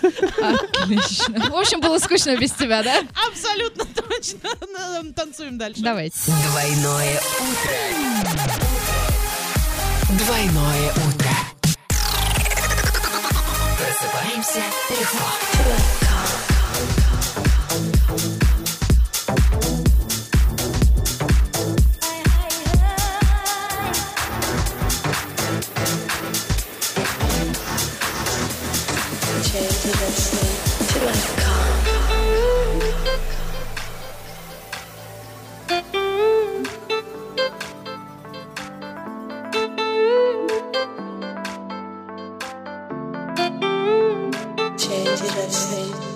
Speaker 7: Отлично. В общем, было скучно без тебя, да?
Speaker 6: Абсолютно точно. Ну, танцуем дальше.
Speaker 7: Давайте.
Speaker 1: Двойное утро. Двойное утро. Просыпаемся легко.
Speaker 16: Change it up, say.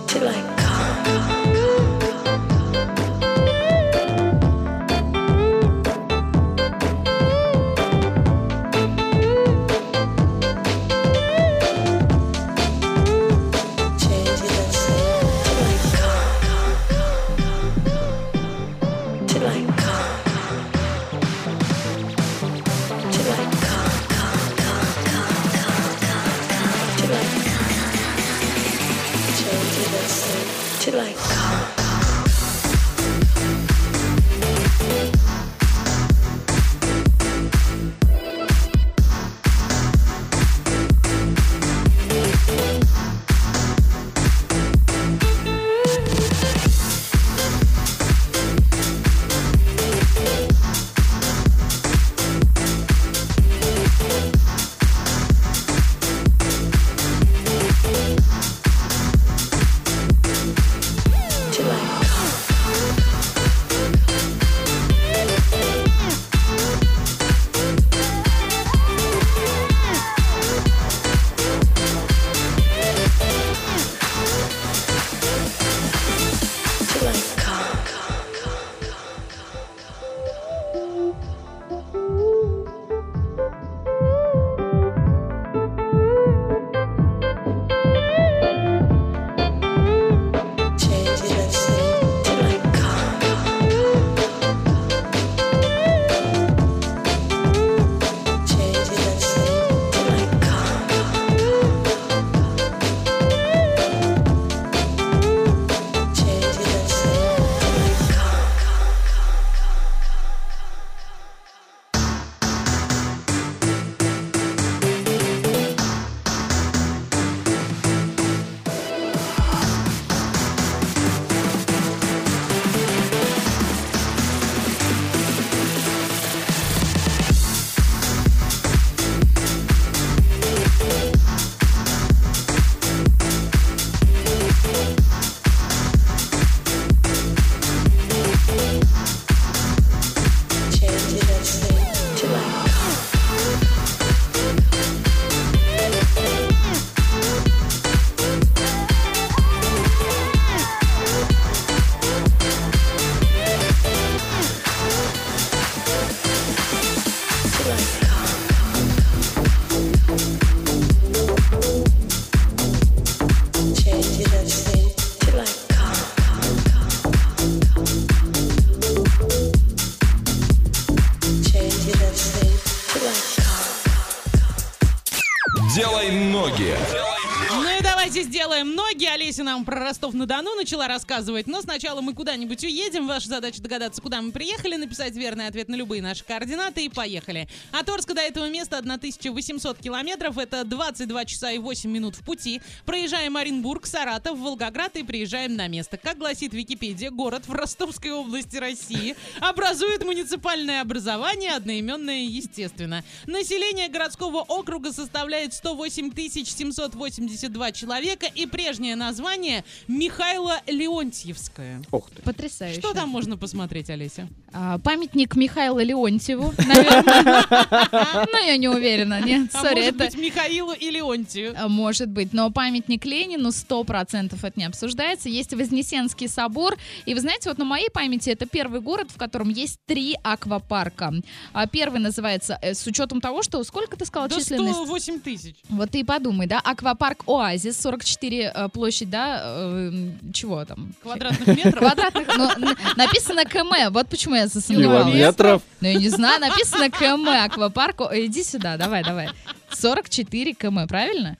Speaker 6: Давайте сделаем ноги. Олеся нам про Ростов-на-Дону начала рассказывать. Но сначала мы куда-нибудь уедем. Ваша задача догадаться, куда мы приехали, написать верный ответ на любые наши координаты и поехали. От Орска до этого места тысяча восемьсот километров. Это двадцать два часа и восемь минут в пути. Проезжаем Оренбург, Саратов, Волгоград и приезжаем на место. Как гласит Википедия, город в Ростовской области России образует муниципальное образование, одноименное, естественно. Население городского округа составляет сто восемь тысяч семьсот восемьдесят два человека, и прежнее название Михайло Леонтьевское.
Speaker 8: Ох ты.
Speaker 7: Потрясающе.
Speaker 6: Что там можно посмотреть, Олеся?
Speaker 7: А, памятник Михаилу Леонтьеву, наверное. Но я не уверена. Нет,
Speaker 6: А
Speaker 7: сори,
Speaker 6: может
Speaker 7: это...
Speaker 6: быть, Михаилу и Леонтию?
Speaker 7: А, Может быть, но памятник Ленину сто процентов это не обсуждается. Есть Вознесенский собор. И вы знаете, вот на моей памяти это первый город, в котором есть три аквапарка. А Первый называется, э, с учетом того, что сколько ты сказала
Speaker 6: До
Speaker 7: численность?
Speaker 6: сто восемь тысяч.
Speaker 7: Вот ты и подумай, да, аквапарк Оазис, сорок четыре э, площадь, да, э, чего там?
Speaker 6: Квадратных метров?
Speaker 7: Квадратных, но н- написано КМ, вот почему я засомневалась.
Speaker 8: Километров.
Speaker 7: Ну, я не знаю, написано КМ, аквапарк, О, иди сюда, давай, давай. сорок четыре км, правильно?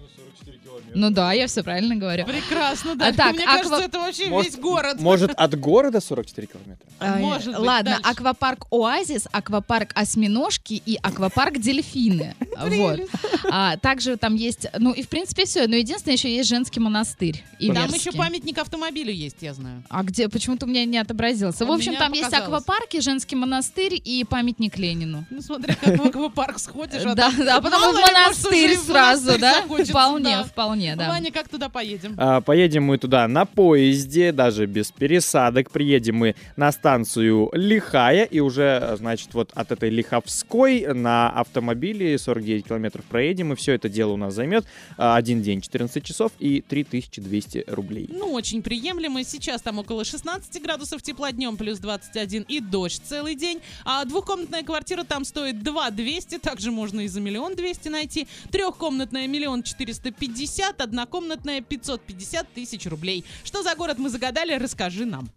Speaker 7: Ну да, я все правильно говорю.
Speaker 6: Прекрасно, да.
Speaker 7: А так,
Speaker 6: Мне
Speaker 7: аква-
Speaker 6: кажется, это вообще
Speaker 8: Может,
Speaker 6: весь город.
Speaker 8: Может, от города сорок четыре километра?
Speaker 7: А,
Speaker 6: Может быть,
Speaker 7: Ладно,
Speaker 6: дальше.
Speaker 7: аквапарк Оазис, аквапарк Осьминожки и аквапарк Дельфины. Вот. А, также там есть, ну и в принципе все. Но единственное, еще есть женский монастырь.
Speaker 6: Там
Speaker 7: Иверский.
Speaker 6: еще памятник автомобилю есть, я знаю.
Speaker 7: А где? Почему-то у меня не отобразился.
Speaker 6: У
Speaker 7: В общем,
Speaker 6: меня
Speaker 7: там есть
Speaker 6: показалось.
Speaker 7: аквапарки, женский монастырь и памятник Ленину.
Speaker 6: Ну, смотря как в аквапарк сходишь.
Speaker 7: Да,
Speaker 6: там
Speaker 7: да, а потом
Speaker 6: мало
Speaker 7: и в
Speaker 6: ли, может,
Speaker 7: монастырь
Speaker 6: уже и в
Speaker 7: сразу,
Speaker 6: монастырь
Speaker 7: да?
Speaker 6: захочется,
Speaker 7: Вполне,
Speaker 6: да.
Speaker 7: вполне, да.
Speaker 6: Ваня, как туда поедем?
Speaker 8: А, Поедем мы туда на поезде, даже без пересадок. Приедем мы на станцию Лихая. И уже, значит, вот от этой Лиховской на автомобиле сорок девять километров проедем. И все это дело у нас займет а, один день, четырнадцать часов и три тысячи двести рублей.
Speaker 6: Ну, очень приемлемо. Сейчас там около шестнадцать градусов тепла, днем плюс двадцать один и дождь целый день. А двухкомнатная квартира там стоит два двести, также можно и за миллион двести найти. Трехкомнатная миллион четыреста пятьдесят, однокомнатная пятьсот пятьдесят тысяч рублей. Что за город мы загадали, расскажи нам.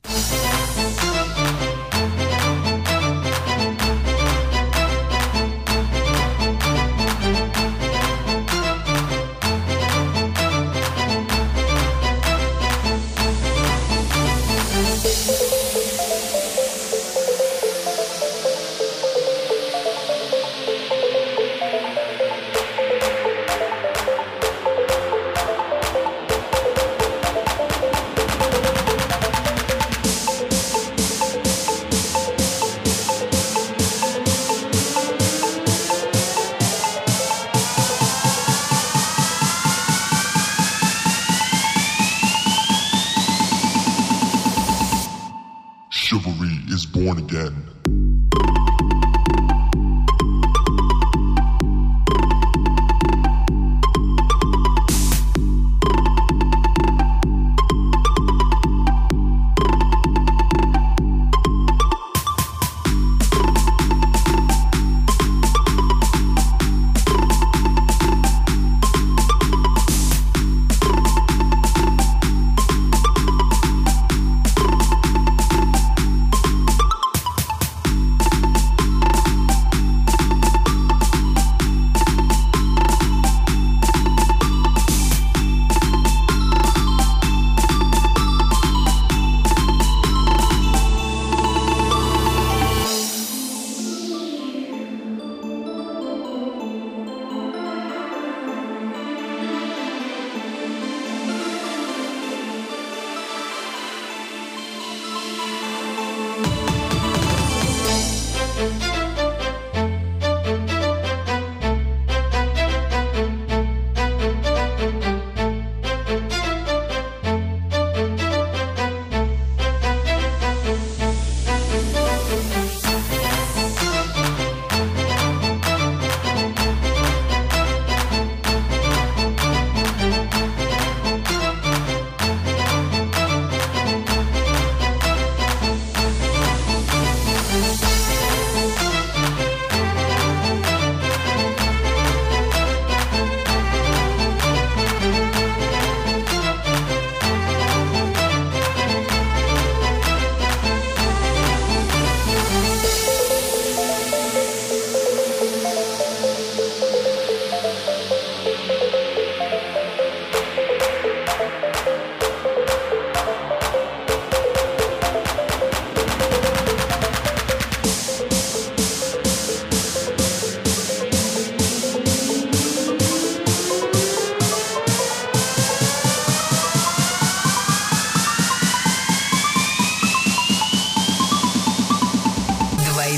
Speaker 16: Chivalry is born again.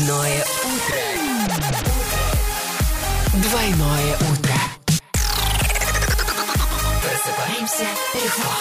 Speaker 1: Двойное утро. Двойное утро. Просыпаемся легко.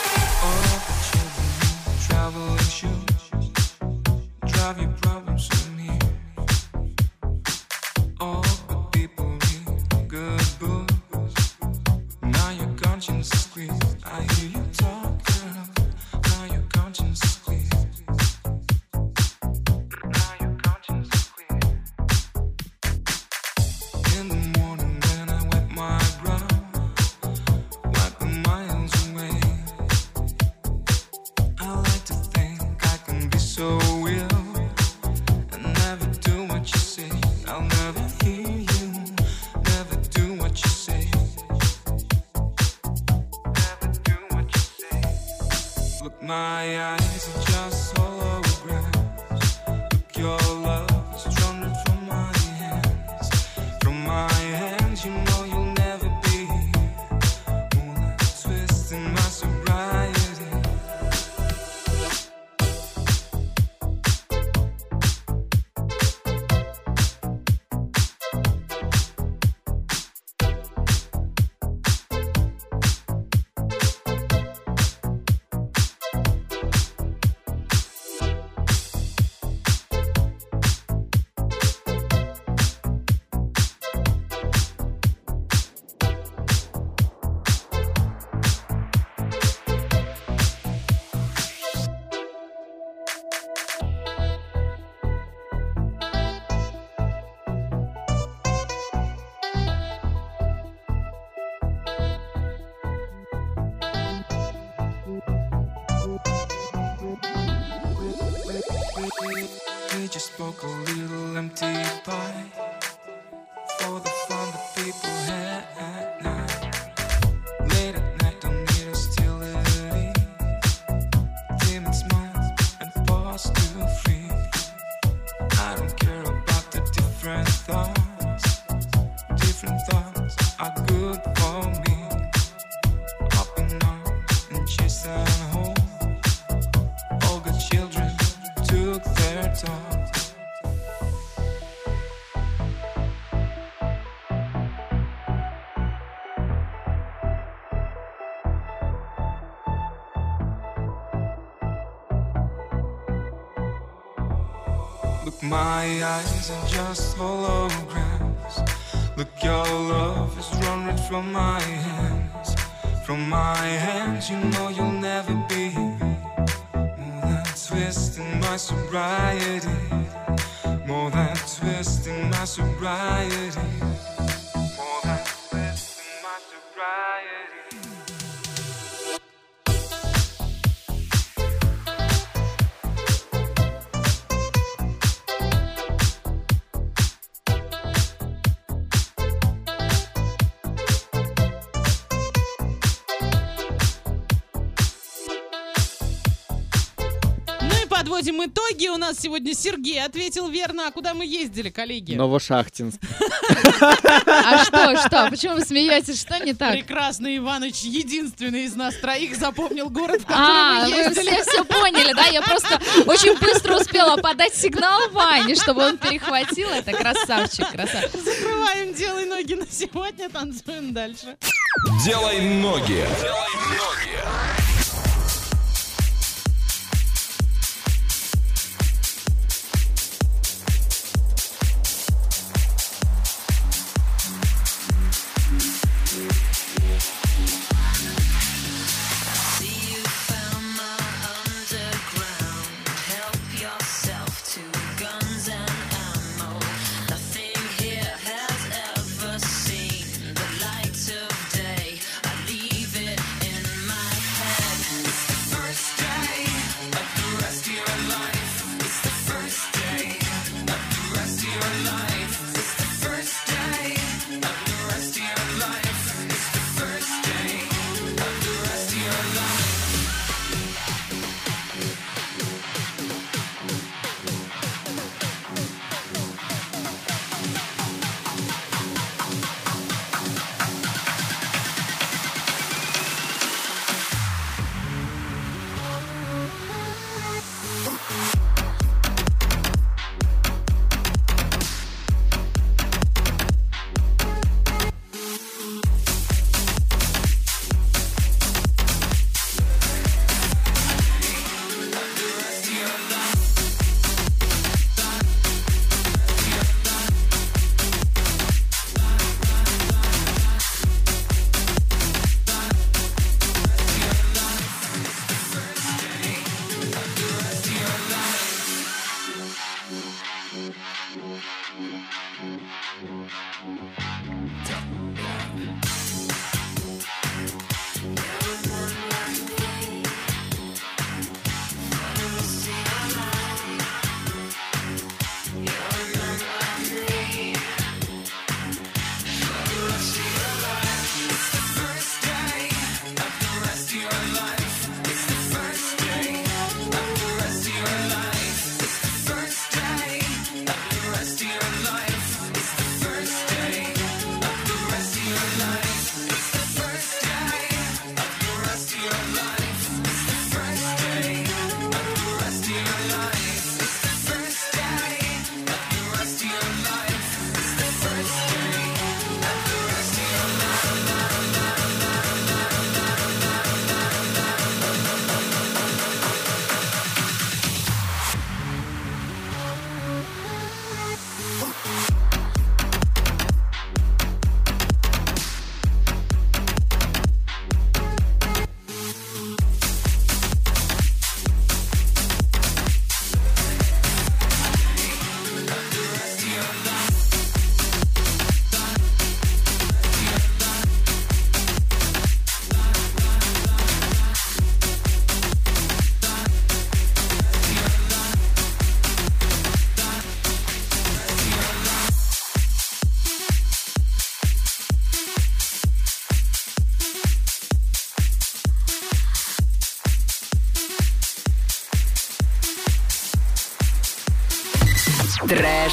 Speaker 17: My eyes are just holograms. Look, your love is drawn right from my hands. From my hands, you know you'll never be more than a twist in my sobriety. We just spoke a little empty pie for the fun that people had at night. Late at night, don't need hostility. Timid smiles and pause to free. I don't care about the different thoughts. Different thoughts are good for me. Open arms and chase and hold. All good children took their toll. Look, my eyes are just holograms. Look, your love is drawn right from my hands. From my hands, you know you'll never be more than a twist in my sobriety. More than a twist in my sobriety. More than a twist in my sobriety.
Speaker 6: Подводим итоги. У нас сегодня Сергей ответил верно. А куда мы ездили, коллеги?
Speaker 8: Новошахтинск.
Speaker 7: А что, что? Почему вы смеетесь? Что не так?
Speaker 6: Прекрасный Иваныч, единственный из нас троих, запомнил город, в который
Speaker 7: А,
Speaker 6: мы
Speaker 7: вы
Speaker 6: ездили.
Speaker 7: все все поняли, да? Я просто очень быстро успела подать сигнал Ване, чтобы он перехватил это. Красавчик, красавчик.
Speaker 6: Закрываем «Делай ноги» на сегодня, танцуем дальше.
Speaker 12: Делай ноги. Делай ноги.
Speaker 9: Light of day, I leave it in my head.
Speaker 1: Трэш,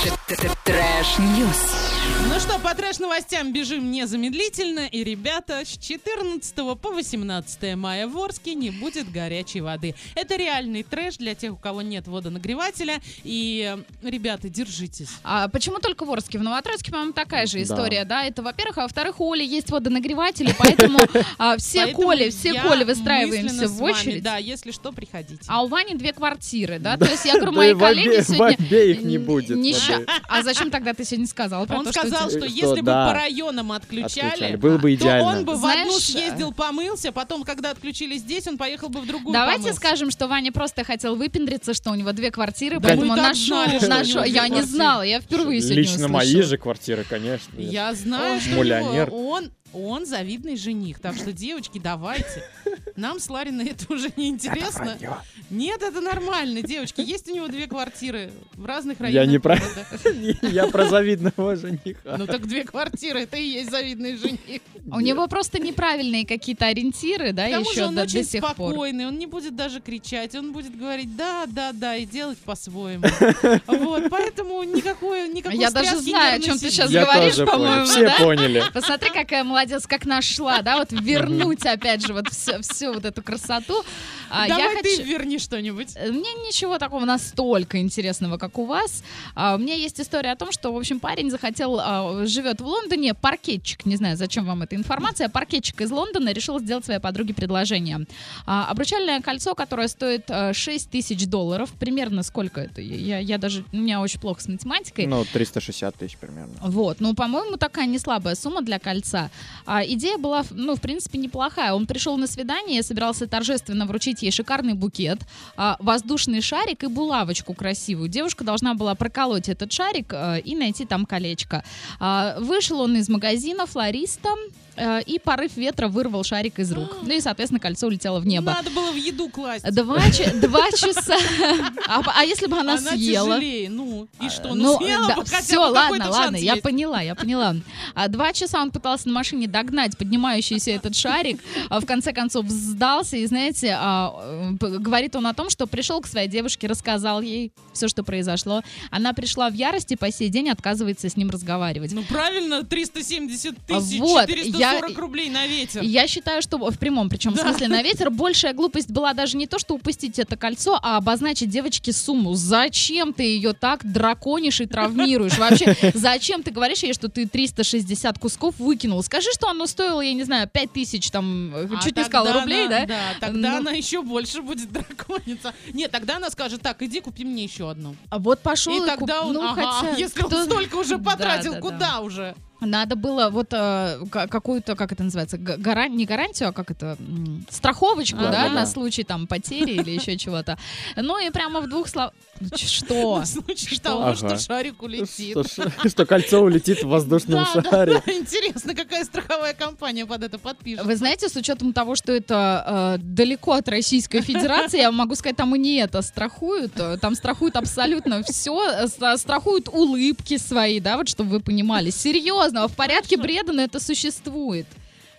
Speaker 1: трэш-ньюс.
Speaker 6: Ну что, по трэш-новостям бежим незамедлительно. И, ребята, с четырнадцатого по восемнадцатое мая в Орске не будет горячей воды. Это реальный трэш для тех, у кого нет водонагревателя. И, ребята, держитесь.
Speaker 7: А почему только в Орске? В Новотроицке, по-моему, такая же история, да? да? Это, во-первых, а во-вторых, у Оли есть водонагреватели, поэтому а, все
Speaker 6: Поэтому
Speaker 7: Коли, все
Speaker 6: я
Speaker 7: Коли выстраиваемся
Speaker 6: мысленно
Speaker 7: в
Speaker 6: с вами,
Speaker 7: очередь.
Speaker 6: Да, если что, приходите.
Speaker 7: А у Вани две квартиры, да? То есть я говорю,
Speaker 8: Да
Speaker 7: мои
Speaker 8: и в
Speaker 7: коллеги
Speaker 8: обе- в
Speaker 7: сегодня...
Speaker 8: обеих не будет
Speaker 7: не
Speaker 8: воды.
Speaker 7: ща- А зачем тогда ты сегодня сказал? Про
Speaker 6: Он
Speaker 7: то,
Speaker 6: сказал,
Speaker 7: что,
Speaker 6: что,
Speaker 7: у тебя-
Speaker 6: если бы
Speaker 8: да.
Speaker 6: по районам отключали,
Speaker 8: Отключали. Было бы
Speaker 6: то
Speaker 8: идеально.
Speaker 6: он бы в
Speaker 7: Знаешь,
Speaker 6: одну съездил, помылся, потом, когда отключили здесь, он поехал бы в другую
Speaker 7: Давайте
Speaker 6: помылся.
Speaker 7: скажем, что Ваня просто хотел выпендриться, что у него две квартиры,
Speaker 6: Да
Speaker 7: поэтому
Speaker 6: мы и так
Speaker 7: нашел,
Speaker 6: знали, что у
Speaker 7: нашел.
Speaker 6: него две
Speaker 7: Я не
Speaker 6: квартиры.
Speaker 7: знала, я впервые сегодня
Speaker 8: Лично мои
Speaker 7: услышала.
Speaker 8: же квартиры, конечно.
Speaker 6: Я знаю, что у
Speaker 8: Мулянер.
Speaker 6: него он, он завидный жених. Так что, девочки, давайте. Нам с Лариной это уже не интересно. Нет, это нормально, девочки. Есть у него две квартиры в разных районах.
Speaker 8: Я не про...
Speaker 6: города.
Speaker 8: Я про завидного жениха.
Speaker 6: Ну так две квартиры, это и есть завидный жених.
Speaker 7: У него просто неправильные какие-то ориентиры, да,
Speaker 6: К тому же
Speaker 7: еще
Speaker 6: он
Speaker 7: до,
Speaker 6: очень
Speaker 7: до сих пор.
Speaker 6: спокойный, он не будет даже кричать, он будет говорить да, да, да и делать по-своему. Вот, поэтому никакой, никакой
Speaker 7: Я даже
Speaker 6: стряски
Speaker 7: знаю, о
Speaker 6: нервной
Speaker 7: чем ты
Speaker 6: системы.
Speaker 7: сейчас
Speaker 8: Я
Speaker 7: говоришь,
Speaker 8: тоже понял.
Speaker 7: по-моему,
Speaker 8: Все
Speaker 7: да?
Speaker 8: поняли.
Speaker 7: Посмотри, какая молодец, как нашла, да, вот вернуть опять же вот всю, всю вот эту красоту. А,
Speaker 6: Давай
Speaker 7: я
Speaker 6: ты
Speaker 7: хочу...
Speaker 6: верни что-нибудь.
Speaker 7: Мне ничего такого настолько интересного, как у вас. А, у меня есть история о том, что, в общем, парень захотел, а, живет в Лондоне, паркетчик, не знаю, зачем вам эта информация, паркетчик из Лондона решил сделать своей подруге предложение. А, обручальное кольцо, которое стоит а, шесть тысяч долларов, примерно сколько это? Я, я даже, у меня очень плохо с математикой.
Speaker 8: Ну, триста шестьдесят тысяч примерно.
Speaker 7: Вот, ну, по-моему, такая не слабая сумма для кольца. А, идея была, ну, в принципе, неплохая. Он пришел на свидание, собирался торжественно вручить ей шикарный букет, а, воздушный шарик и булавочку красивую. Девушка должна была проколоть этот шарик а, и найти там колечко. А, вышел он из магазина флориста, а, и порыв ветра вырвал шарик из рук. Ну и, соответственно, кольцо улетело в небо.
Speaker 6: Надо было в еду класть.
Speaker 7: Два, ч- два часа. А, а если бы она,
Speaker 6: Она
Speaker 7: съела?
Speaker 6: тяжелее, ну, и что? Ну,
Speaker 7: Ну,
Speaker 6: съела
Speaker 7: да,
Speaker 6: бы хотя
Speaker 7: все,
Speaker 6: бы,
Speaker 7: ладно,
Speaker 6: какой-то
Speaker 7: ладно,
Speaker 6: шанс
Speaker 7: я
Speaker 6: есть.
Speaker 7: поняла, я поняла. А, два часа он пытался на машине догнать поднимающийся этот шарик, а, в конце концов сдался, и, знаете, а, п- говорит он о том, что пришел к своей девушке, рассказал ей все, что произошло. Она пришла в ярости, по сей день отказывается с ним разговаривать.
Speaker 6: Ну, правильно, триста семьдесят тысяч,
Speaker 7: Вот,
Speaker 6: четыреста сорок
Speaker 7: я-
Speaker 6: рублей на ветер.
Speaker 7: Я считаю, что в прямом, причем в
Speaker 6: Да.
Speaker 7: смысле на ветер, большая глупость была даже не то, что упустить это кольцо, а обозначить девочке сумму. Зачем ты ее так драконишь и травмируешь? Вообще, зачем ты говоришь ей, что ты триста шестьдесят кусков выкинул? Скажи, что оно стоило, я не знаю, пять тысяч, там,
Speaker 6: А
Speaker 7: чуть не сказала,
Speaker 6: тогда
Speaker 7: рублей,
Speaker 6: она-
Speaker 7: да?
Speaker 6: Да, тогда
Speaker 7: Ну.
Speaker 6: она еще больше будет дракониться. Нет, тогда она скажет, так, иди купи мне еще одну.
Speaker 7: А вот пошел
Speaker 6: И
Speaker 7: и
Speaker 6: тогда
Speaker 7: куп-
Speaker 6: он,
Speaker 7: ну,
Speaker 6: ага,
Speaker 7: хотя
Speaker 6: если он
Speaker 7: кто-
Speaker 6: столько уже
Speaker 7: Да,
Speaker 6: потратил,
Speaker 7: да, да.
Speaker 6: куда уже?
Speaker 7: Надо было вот э, ка- какую-то, как это называется, га- гаран- не гарантию, а как это, м, страховочку,
Speaker 8: Да,
Speaker 7: да,
Speaker 8: да,
Speaker 7: на
Speaker 8: да.
Speaker 7: случай там потери или еще чего-то. Ну и прямо в двух словах... Что?
Speaker 6: В случае
Speaker 7: Что?
Speaker 6: того, что
Speaker 8: Ага.
Speaker 6: шарик улетит.
Speaker 8: Что, ш- что кольцо улетит в воздушном
Speaker 6: Да, да,
Speaker 8: шаре.
Speaker 6: да. Интересно, какая страховая компания под это подпишет.
Speaker 7: Вы знаете, с учетом того, что это э, далеко от Российской Федерации, я могу сказать, там и не это страхуют. э, Там страхуют абсолютно все. Страхуют улыбки свои, да, вот чтобы вы понимали. Серьезно, в порядке бреда, но это существует.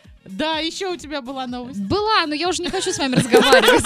Speaker 6: Да, еще у тебя была новость.
Speaker 7: Была, но я уже не хочу с вами разговаривать.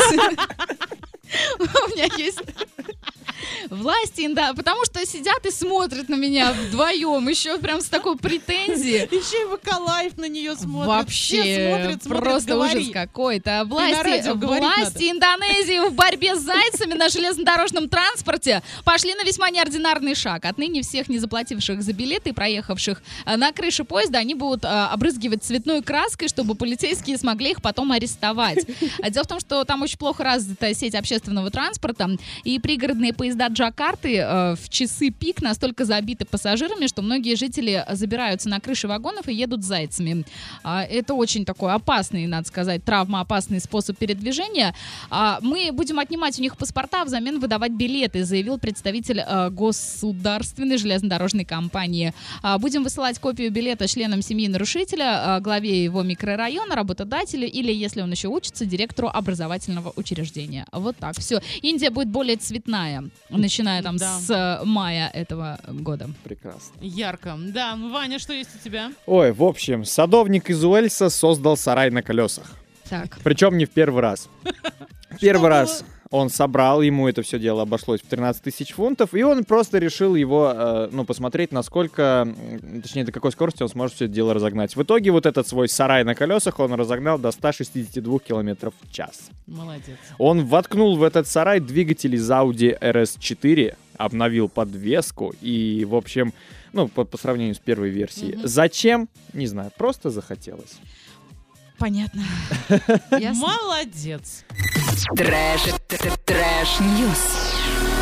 Speaker 7: У меня есть... Власти, да, потому что сидят и смотрят на меня вдвоем, еще прям с такой претензией.
Speaker 6: Еще и Бакалаев на нее смотрит.
Speaker 7: Вообще,
Speaker 6: Все смотрят, смотрят,
Speaker 7: просто
Speaker 6: говори.
Speaker 7: ужас какой-то.
Speaker 6: на
Speaker 7: Власти,
Speaker 6: радио говорить
Speaker 7: власти Индонезии в борьбе с зайцами на железнодорожном транспорте пошли на весьма неординарный шаг. Отныне всех не заплативших за билеты и проехавших а, на крыше поезда они будут а, обрызгивать цветной краской, чтобы полицейские смогли их потом арестовать. А дело в том, что там очень плохо развита сеть общественного транспорта, и пригородные поезда Джакарты э, в часы пик настолько забиты пассажирами, что многие жители забираются на крыши вагонов и едут зайцами. А, это очень такой опасный, надо сказать, травмоопасный способ передвижения. А, мы будем отнимать у них паспорта, а взамен выдавать билеты, заявил представитель э, государственной железнодорожной компании. А, будем высылать копию билета членам семьи нарушителя, э, главе его микрорайона, работодателю или, если он еще учится, директору образовательного учреждения. Вот так. Все. Индия будет более цветная, начиная там
Speaker 6: Да.
Speaker 7: с э, мая этого года.
Speaker 8: Прекрасно.
Speaker 6: Ярко. Да, Ваня, что есть у тебя?
Speaker 8: Ой, в общем, садовник из Уэльса создал сарай на колесах.
Speaker 7: Так.
Speaker 8: Причем не в первый раз. Первый раз Он собрал, ему это все дело обошлось в тринадцать тысяч фунтов, и он просто решил его, э, ну, посмотреть, насколько, точнее, до какой скорости он сможет все это дело разогнать. В итоге вот этот свой сарай на колесах он разогнал до ста шестидесяти двух километров в час.
Speaker 6: Молодец.
Speaker 8: Он воткнул в этот сарай двигатель из Audi эр эс четыре, обновил подвеску и, в общем, ну, по, по сравнению с первой версией.
Speaker 6: Мгм.
Speaker 8: Зачем? Не знаю, просто захотелось.
Speaker 7: Понятно.
Speaker 6: Молодец.
Speaker 1: Трэш, т- т- трэш-ньюс.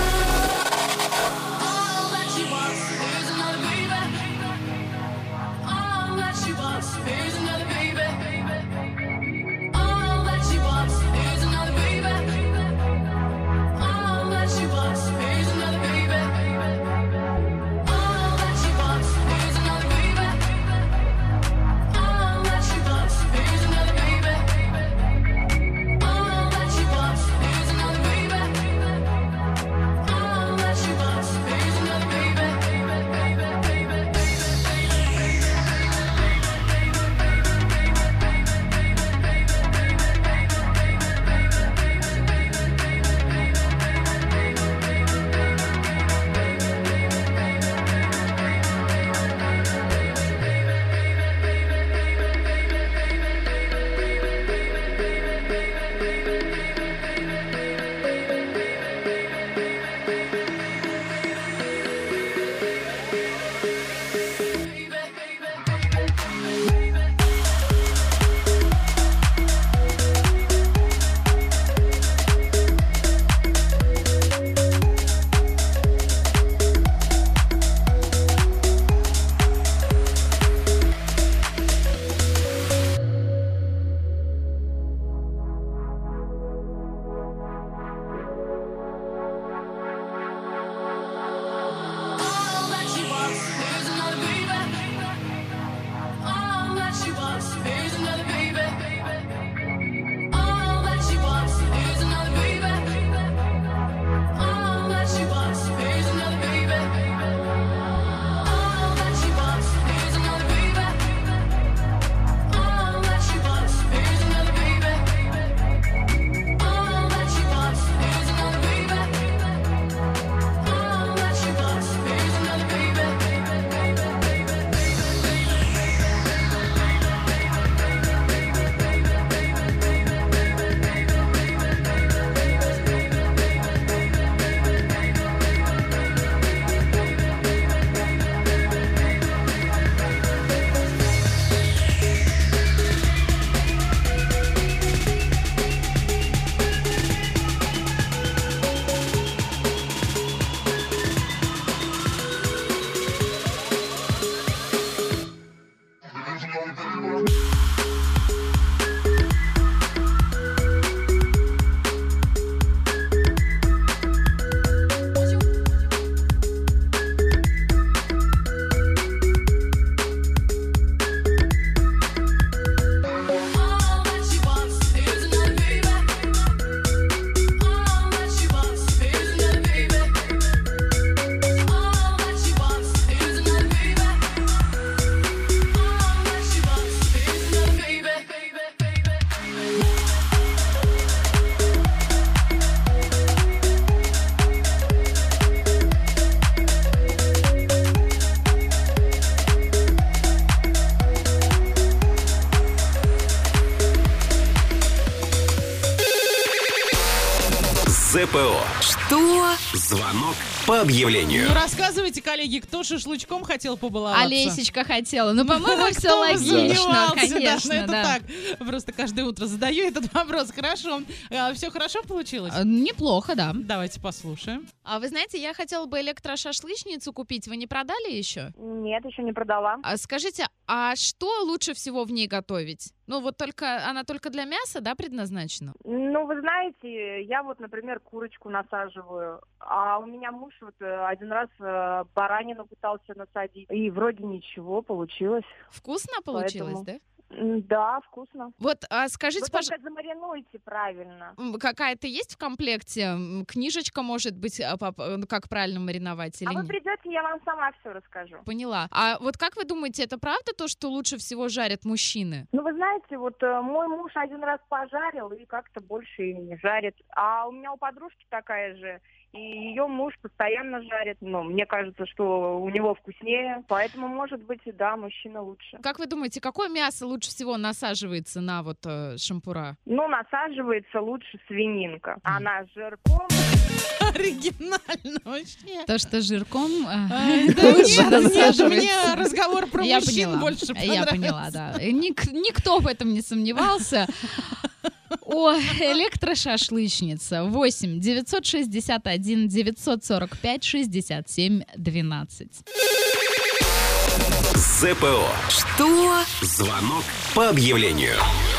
Speaker 3: ЗПО.
Speaker 1: Что?
Speaker 3: Звонок по объявлению.
Speaker 6: Ну, рассказывайте, коллеги, кто шашлычком хотел побаловаться?
Speaker 7: Олесечка хотела. Ну, по-моему, все
Speaker 6: Кто бы
Speaker 7: логично,
Speaker 6: сомневался,
Speaker 7: конечно,
Speaker 6: да, ну, это
Speaker 7: да.
Speaker 6: так. Просто каждое утро задаю этот вопрос. Хорошо. Все хорошо получилось?
Speaker 7: А, Неплохо, да.
Speaker 6: Давайте послушаем.
Speaker 7: А вы знаете, я хотела бы электрошашлычницу купить. Вы не продали еще?
Speaker 18: Нет, еще не продала.
Speaker 7: А скажите, а что лучше всего в ней готовить? Ну, вот только она только для мяса, да, предназначена?
Speaker 18: Ну, вы знаете, я вот, например, курочку насаживаю, а у меня муж вот э, один раз э, баранину пытался насадить, и вроде ничего получилось.
Speaker 7: Вкусно получилось,
Speaker 18: Поэтому-
Speaker 7: да?
Speaker 18: М, Да, вкусно.
Speaker 7: Вот а скажите,
Speaker 18: Вы
Speaker 7: пожалуйста,
Speaker 18: только замаринуйте правильно.
Speaker 7: какая-то есть в комплекте? М, Книжечка, может быть, а, пап- э, ну, как правильно мариновать или
Speaker 18: А вы
Speaker 7: нет?
Speaker 18: придете, я вам сама все расскажу.
Speaker 7: Поняла. А вот как вы думаете, это правда то, что лучше всего жарят мужчины?
Speaker 18: Ну, вы знаете, вот э, мой муж один раз пожарил и как-то больше и не жарит. А у меня у подружки такая же, и ее муж постоянно жарит. Но мне кажется, что у него вкуснее, поэтому, может быть, и да, мужчина лучше.
Speaker 7: Как вы думаете, какое мясо лучше всего насаживается на вот э, шампура?
Speaker 18: Ну, насаживается лучше свининка. Она с жирком.
Speaker 6: Оригинально вообще.
Speaker 7: То, что жирком э,
Speaker 6: Ай, да
Speaker 7: лучше
Speaker 6: нет, нет,
Speaker 7: насаживается.
Speaker 6: мне разговор про
Speaker 7: Я
Speaker 6: мужчин
Speaker 7: поняла.
Speaker 6: больше
Speaker 7: Я
Speaker 6: понравился.
Speaker 7: поняла, да. Ник- никто в этом не сомневался. О, электрошашлычница. восемь девятьсот шестьдесят один девятьсот сорок пять шестьдесят семь двенадцать.
Speaker 3: ЗПО.
Speaker 1: Что?
Speaker 3: Звонок по объявлению.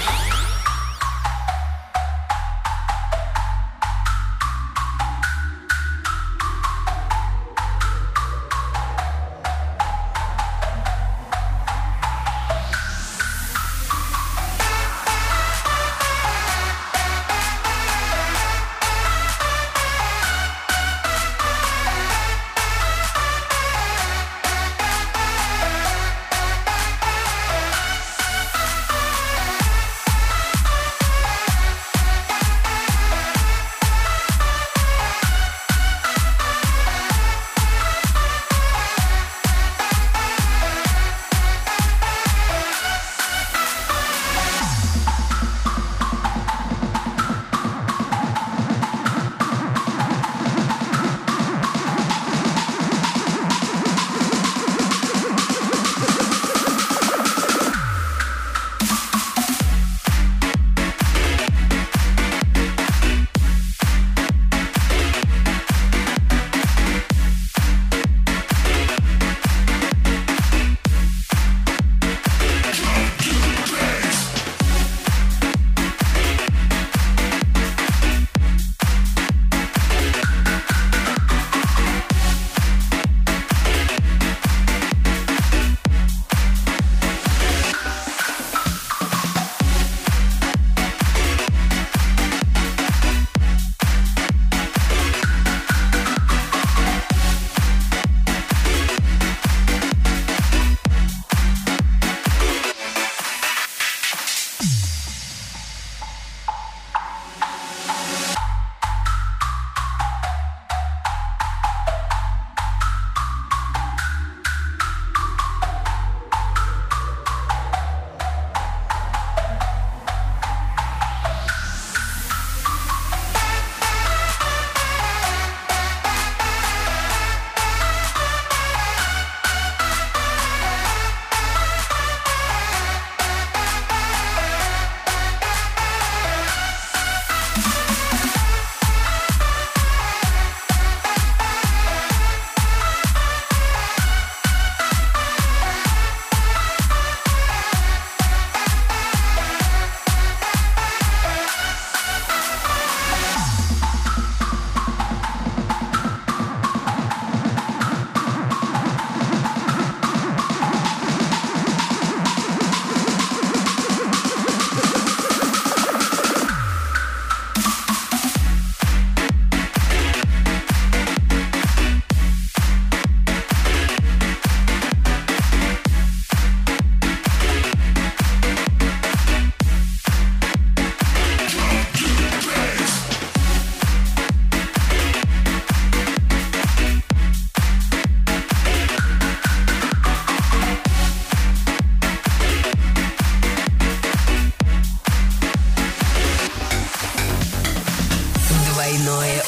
Speaker 1: Двойное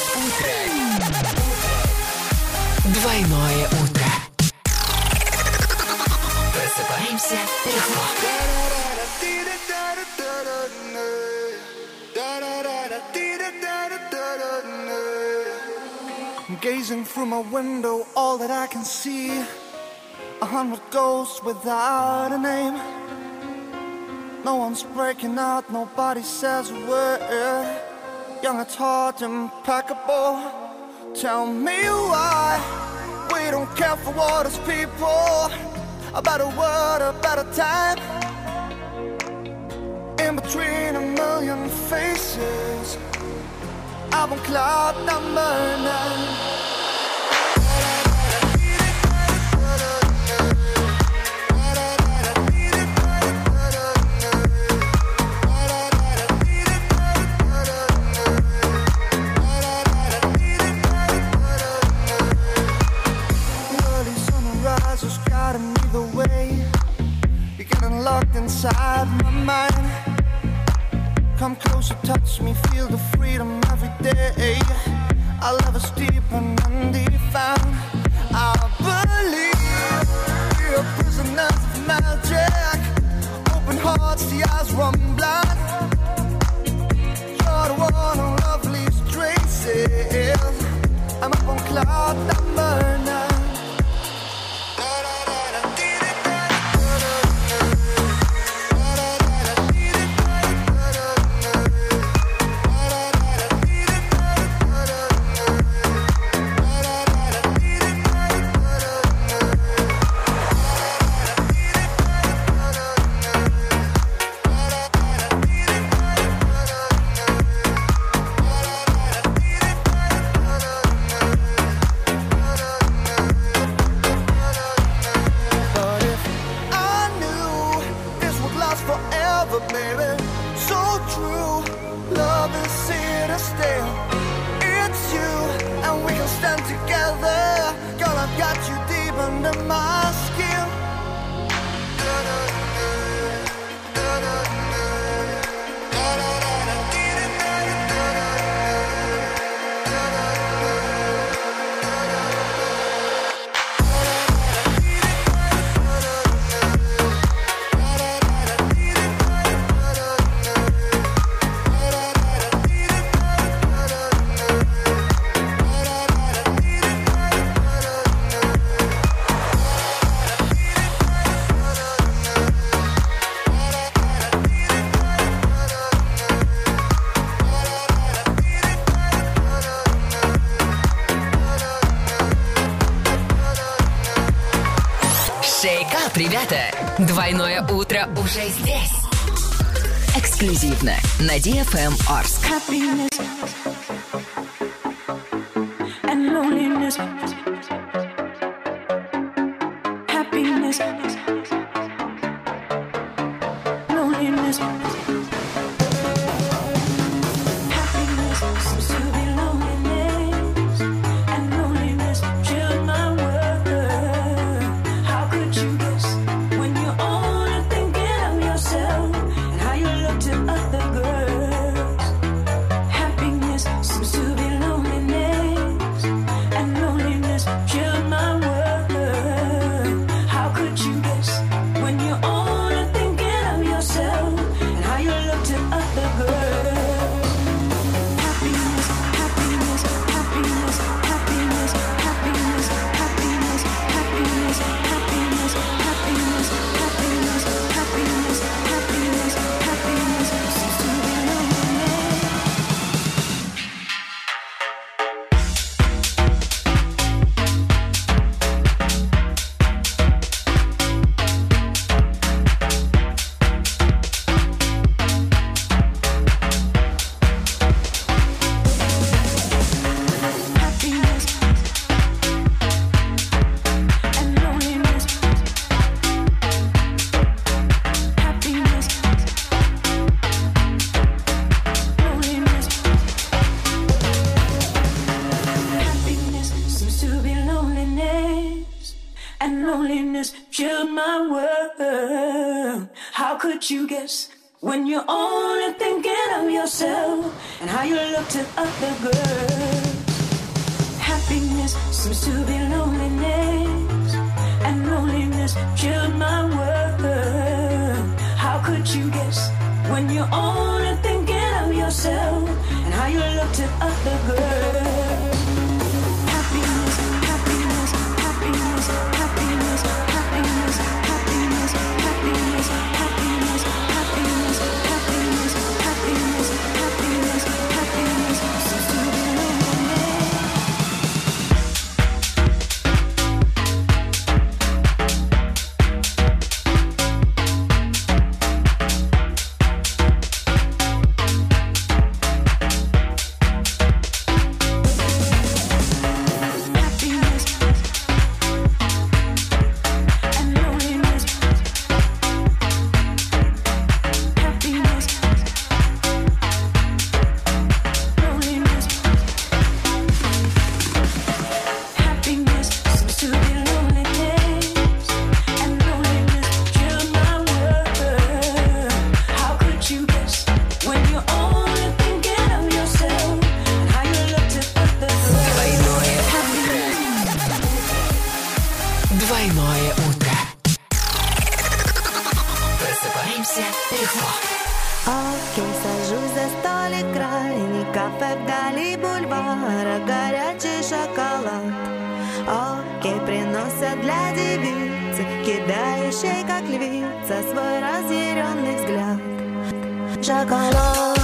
Speaker 1: утро. Двойное утро. Просыпаемся легко.
Speaker 19: Gazing through my window, all that I can see, a hundred ghosts without a name. No one's breaking out, nobody says a word. Young at heart, impeccable. Tell me why we don't care for what is people. A better word, a better time. in between a million faces. I'm on cloud number nine. Locked inside my mind. Come closer, touch me, feel the freedom every day. Our love is deep and undefined. I believe we are prisoners of magic. Open hearts, the eyes run blind. You're the one who love leaves traces. I'm up on cloud number nine.
Speaker 1: Ребята, двойное утро уже здесь. Эксклюзивно на ди эф эм Орск.
Speaker 14: You guess when you're only thinking of yourself and how you look to other girls. Happiness seems to be loneliness, and loneliness killed my world. How could you guess when you're only thinking of yourself and how you look to other girls? Happiness, happiness, happiness, happiness, happiness, happiness, happiness, happiness. Happiness, happiness, happiness, happiness, happiness seems to be loneliness.
Speaker 1: Двойное утро. Просыпаемся легко.
Speaker 20: Окей, сажусь за столик, крайний кафе вдали бульвара, горячий шоколад. Окей, приносят для девицы, кидающей как львица свой разъяренный взгляд. Шоколад.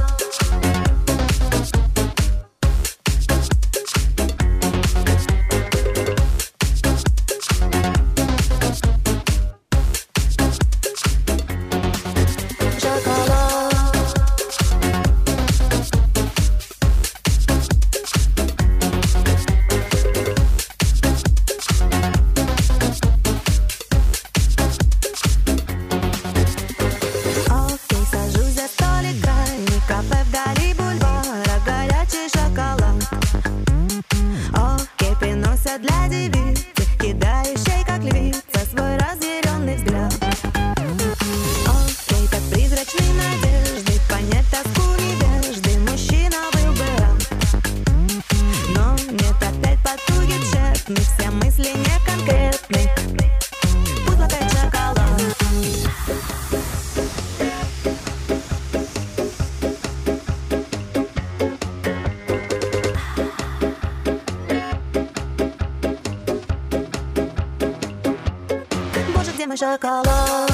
Speaker 20: Где мой шоколад?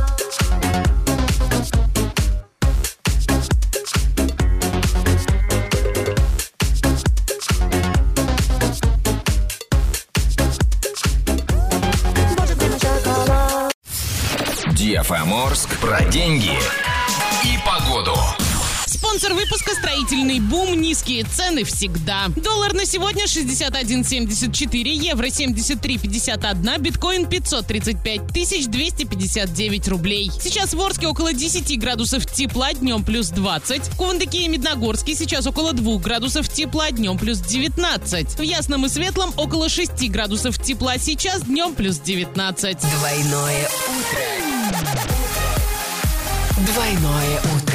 Speaker 12: ди эф эм Орск про деньги и погоду.
Speaker 6: Спонсор выпуска — строительный бум. Низкие цены всегда. Доллар на сегодня шестьдесят один семьдесят четыре, евро семьдесят три пятьдесят один, биткоин пятьсот тридцать пять тысяч двести пятьдесят девять рублей. Сейчас в Орске около десять градусов тепла, днем плюс двадцать. В Кувандыке и Медногорске сейчас около двух градусов тепла, днем плюс девятнадцать. В Ясном и Светлом около шести градусов тепла, сейчас днем плюс девятнадцать.
Speaker 1: Двойное утро. Двойное утро.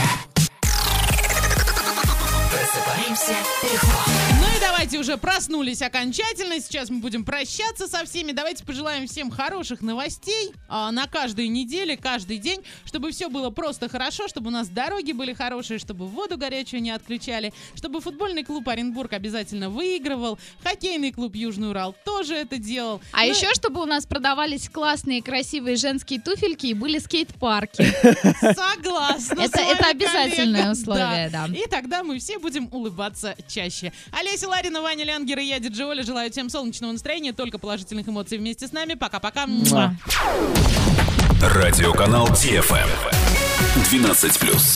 Speaker 1: Просыпаемся легко.
Speaker 6: Ну и давайте уже проснулись окончательно. Сейчас мы будем прощаться со всеми. Давайте пожелаем всем хороших новостей а, на каждой неделе, каждый день, чтобы все было просто хорошо, чтобы у нас дороги были хорошие, чтобы воду горячую не отключали, чтобы футбольный клуб Оренбург обязательно выигрывал, хоккейный клуб Южный Урал тоже это делал.
Speaker 7: А
Speaker 6: Ну,
Speaker 7: еще, чтобы у нас продавались классные, красивые женские туфельки и были скейт-парки.
Speaker 6: Согласна.
Speaker 7: Это,
Speaker 6: с вами,
Speaker 7: это обязательное
Speaker 6: коллега.
Speaker 7: условие, да.
Speaker 6: И тогда мы все будем улыбаться чаще. Олеся Ларина, Ваня Лянгер и я, диджей Оля, желаю всем солнечного настроения, только положительных эмоций вместе с нами. Пока-пока. Муа.
Speaker 12: Радиоканал ди эф эм. двенадцать плюс.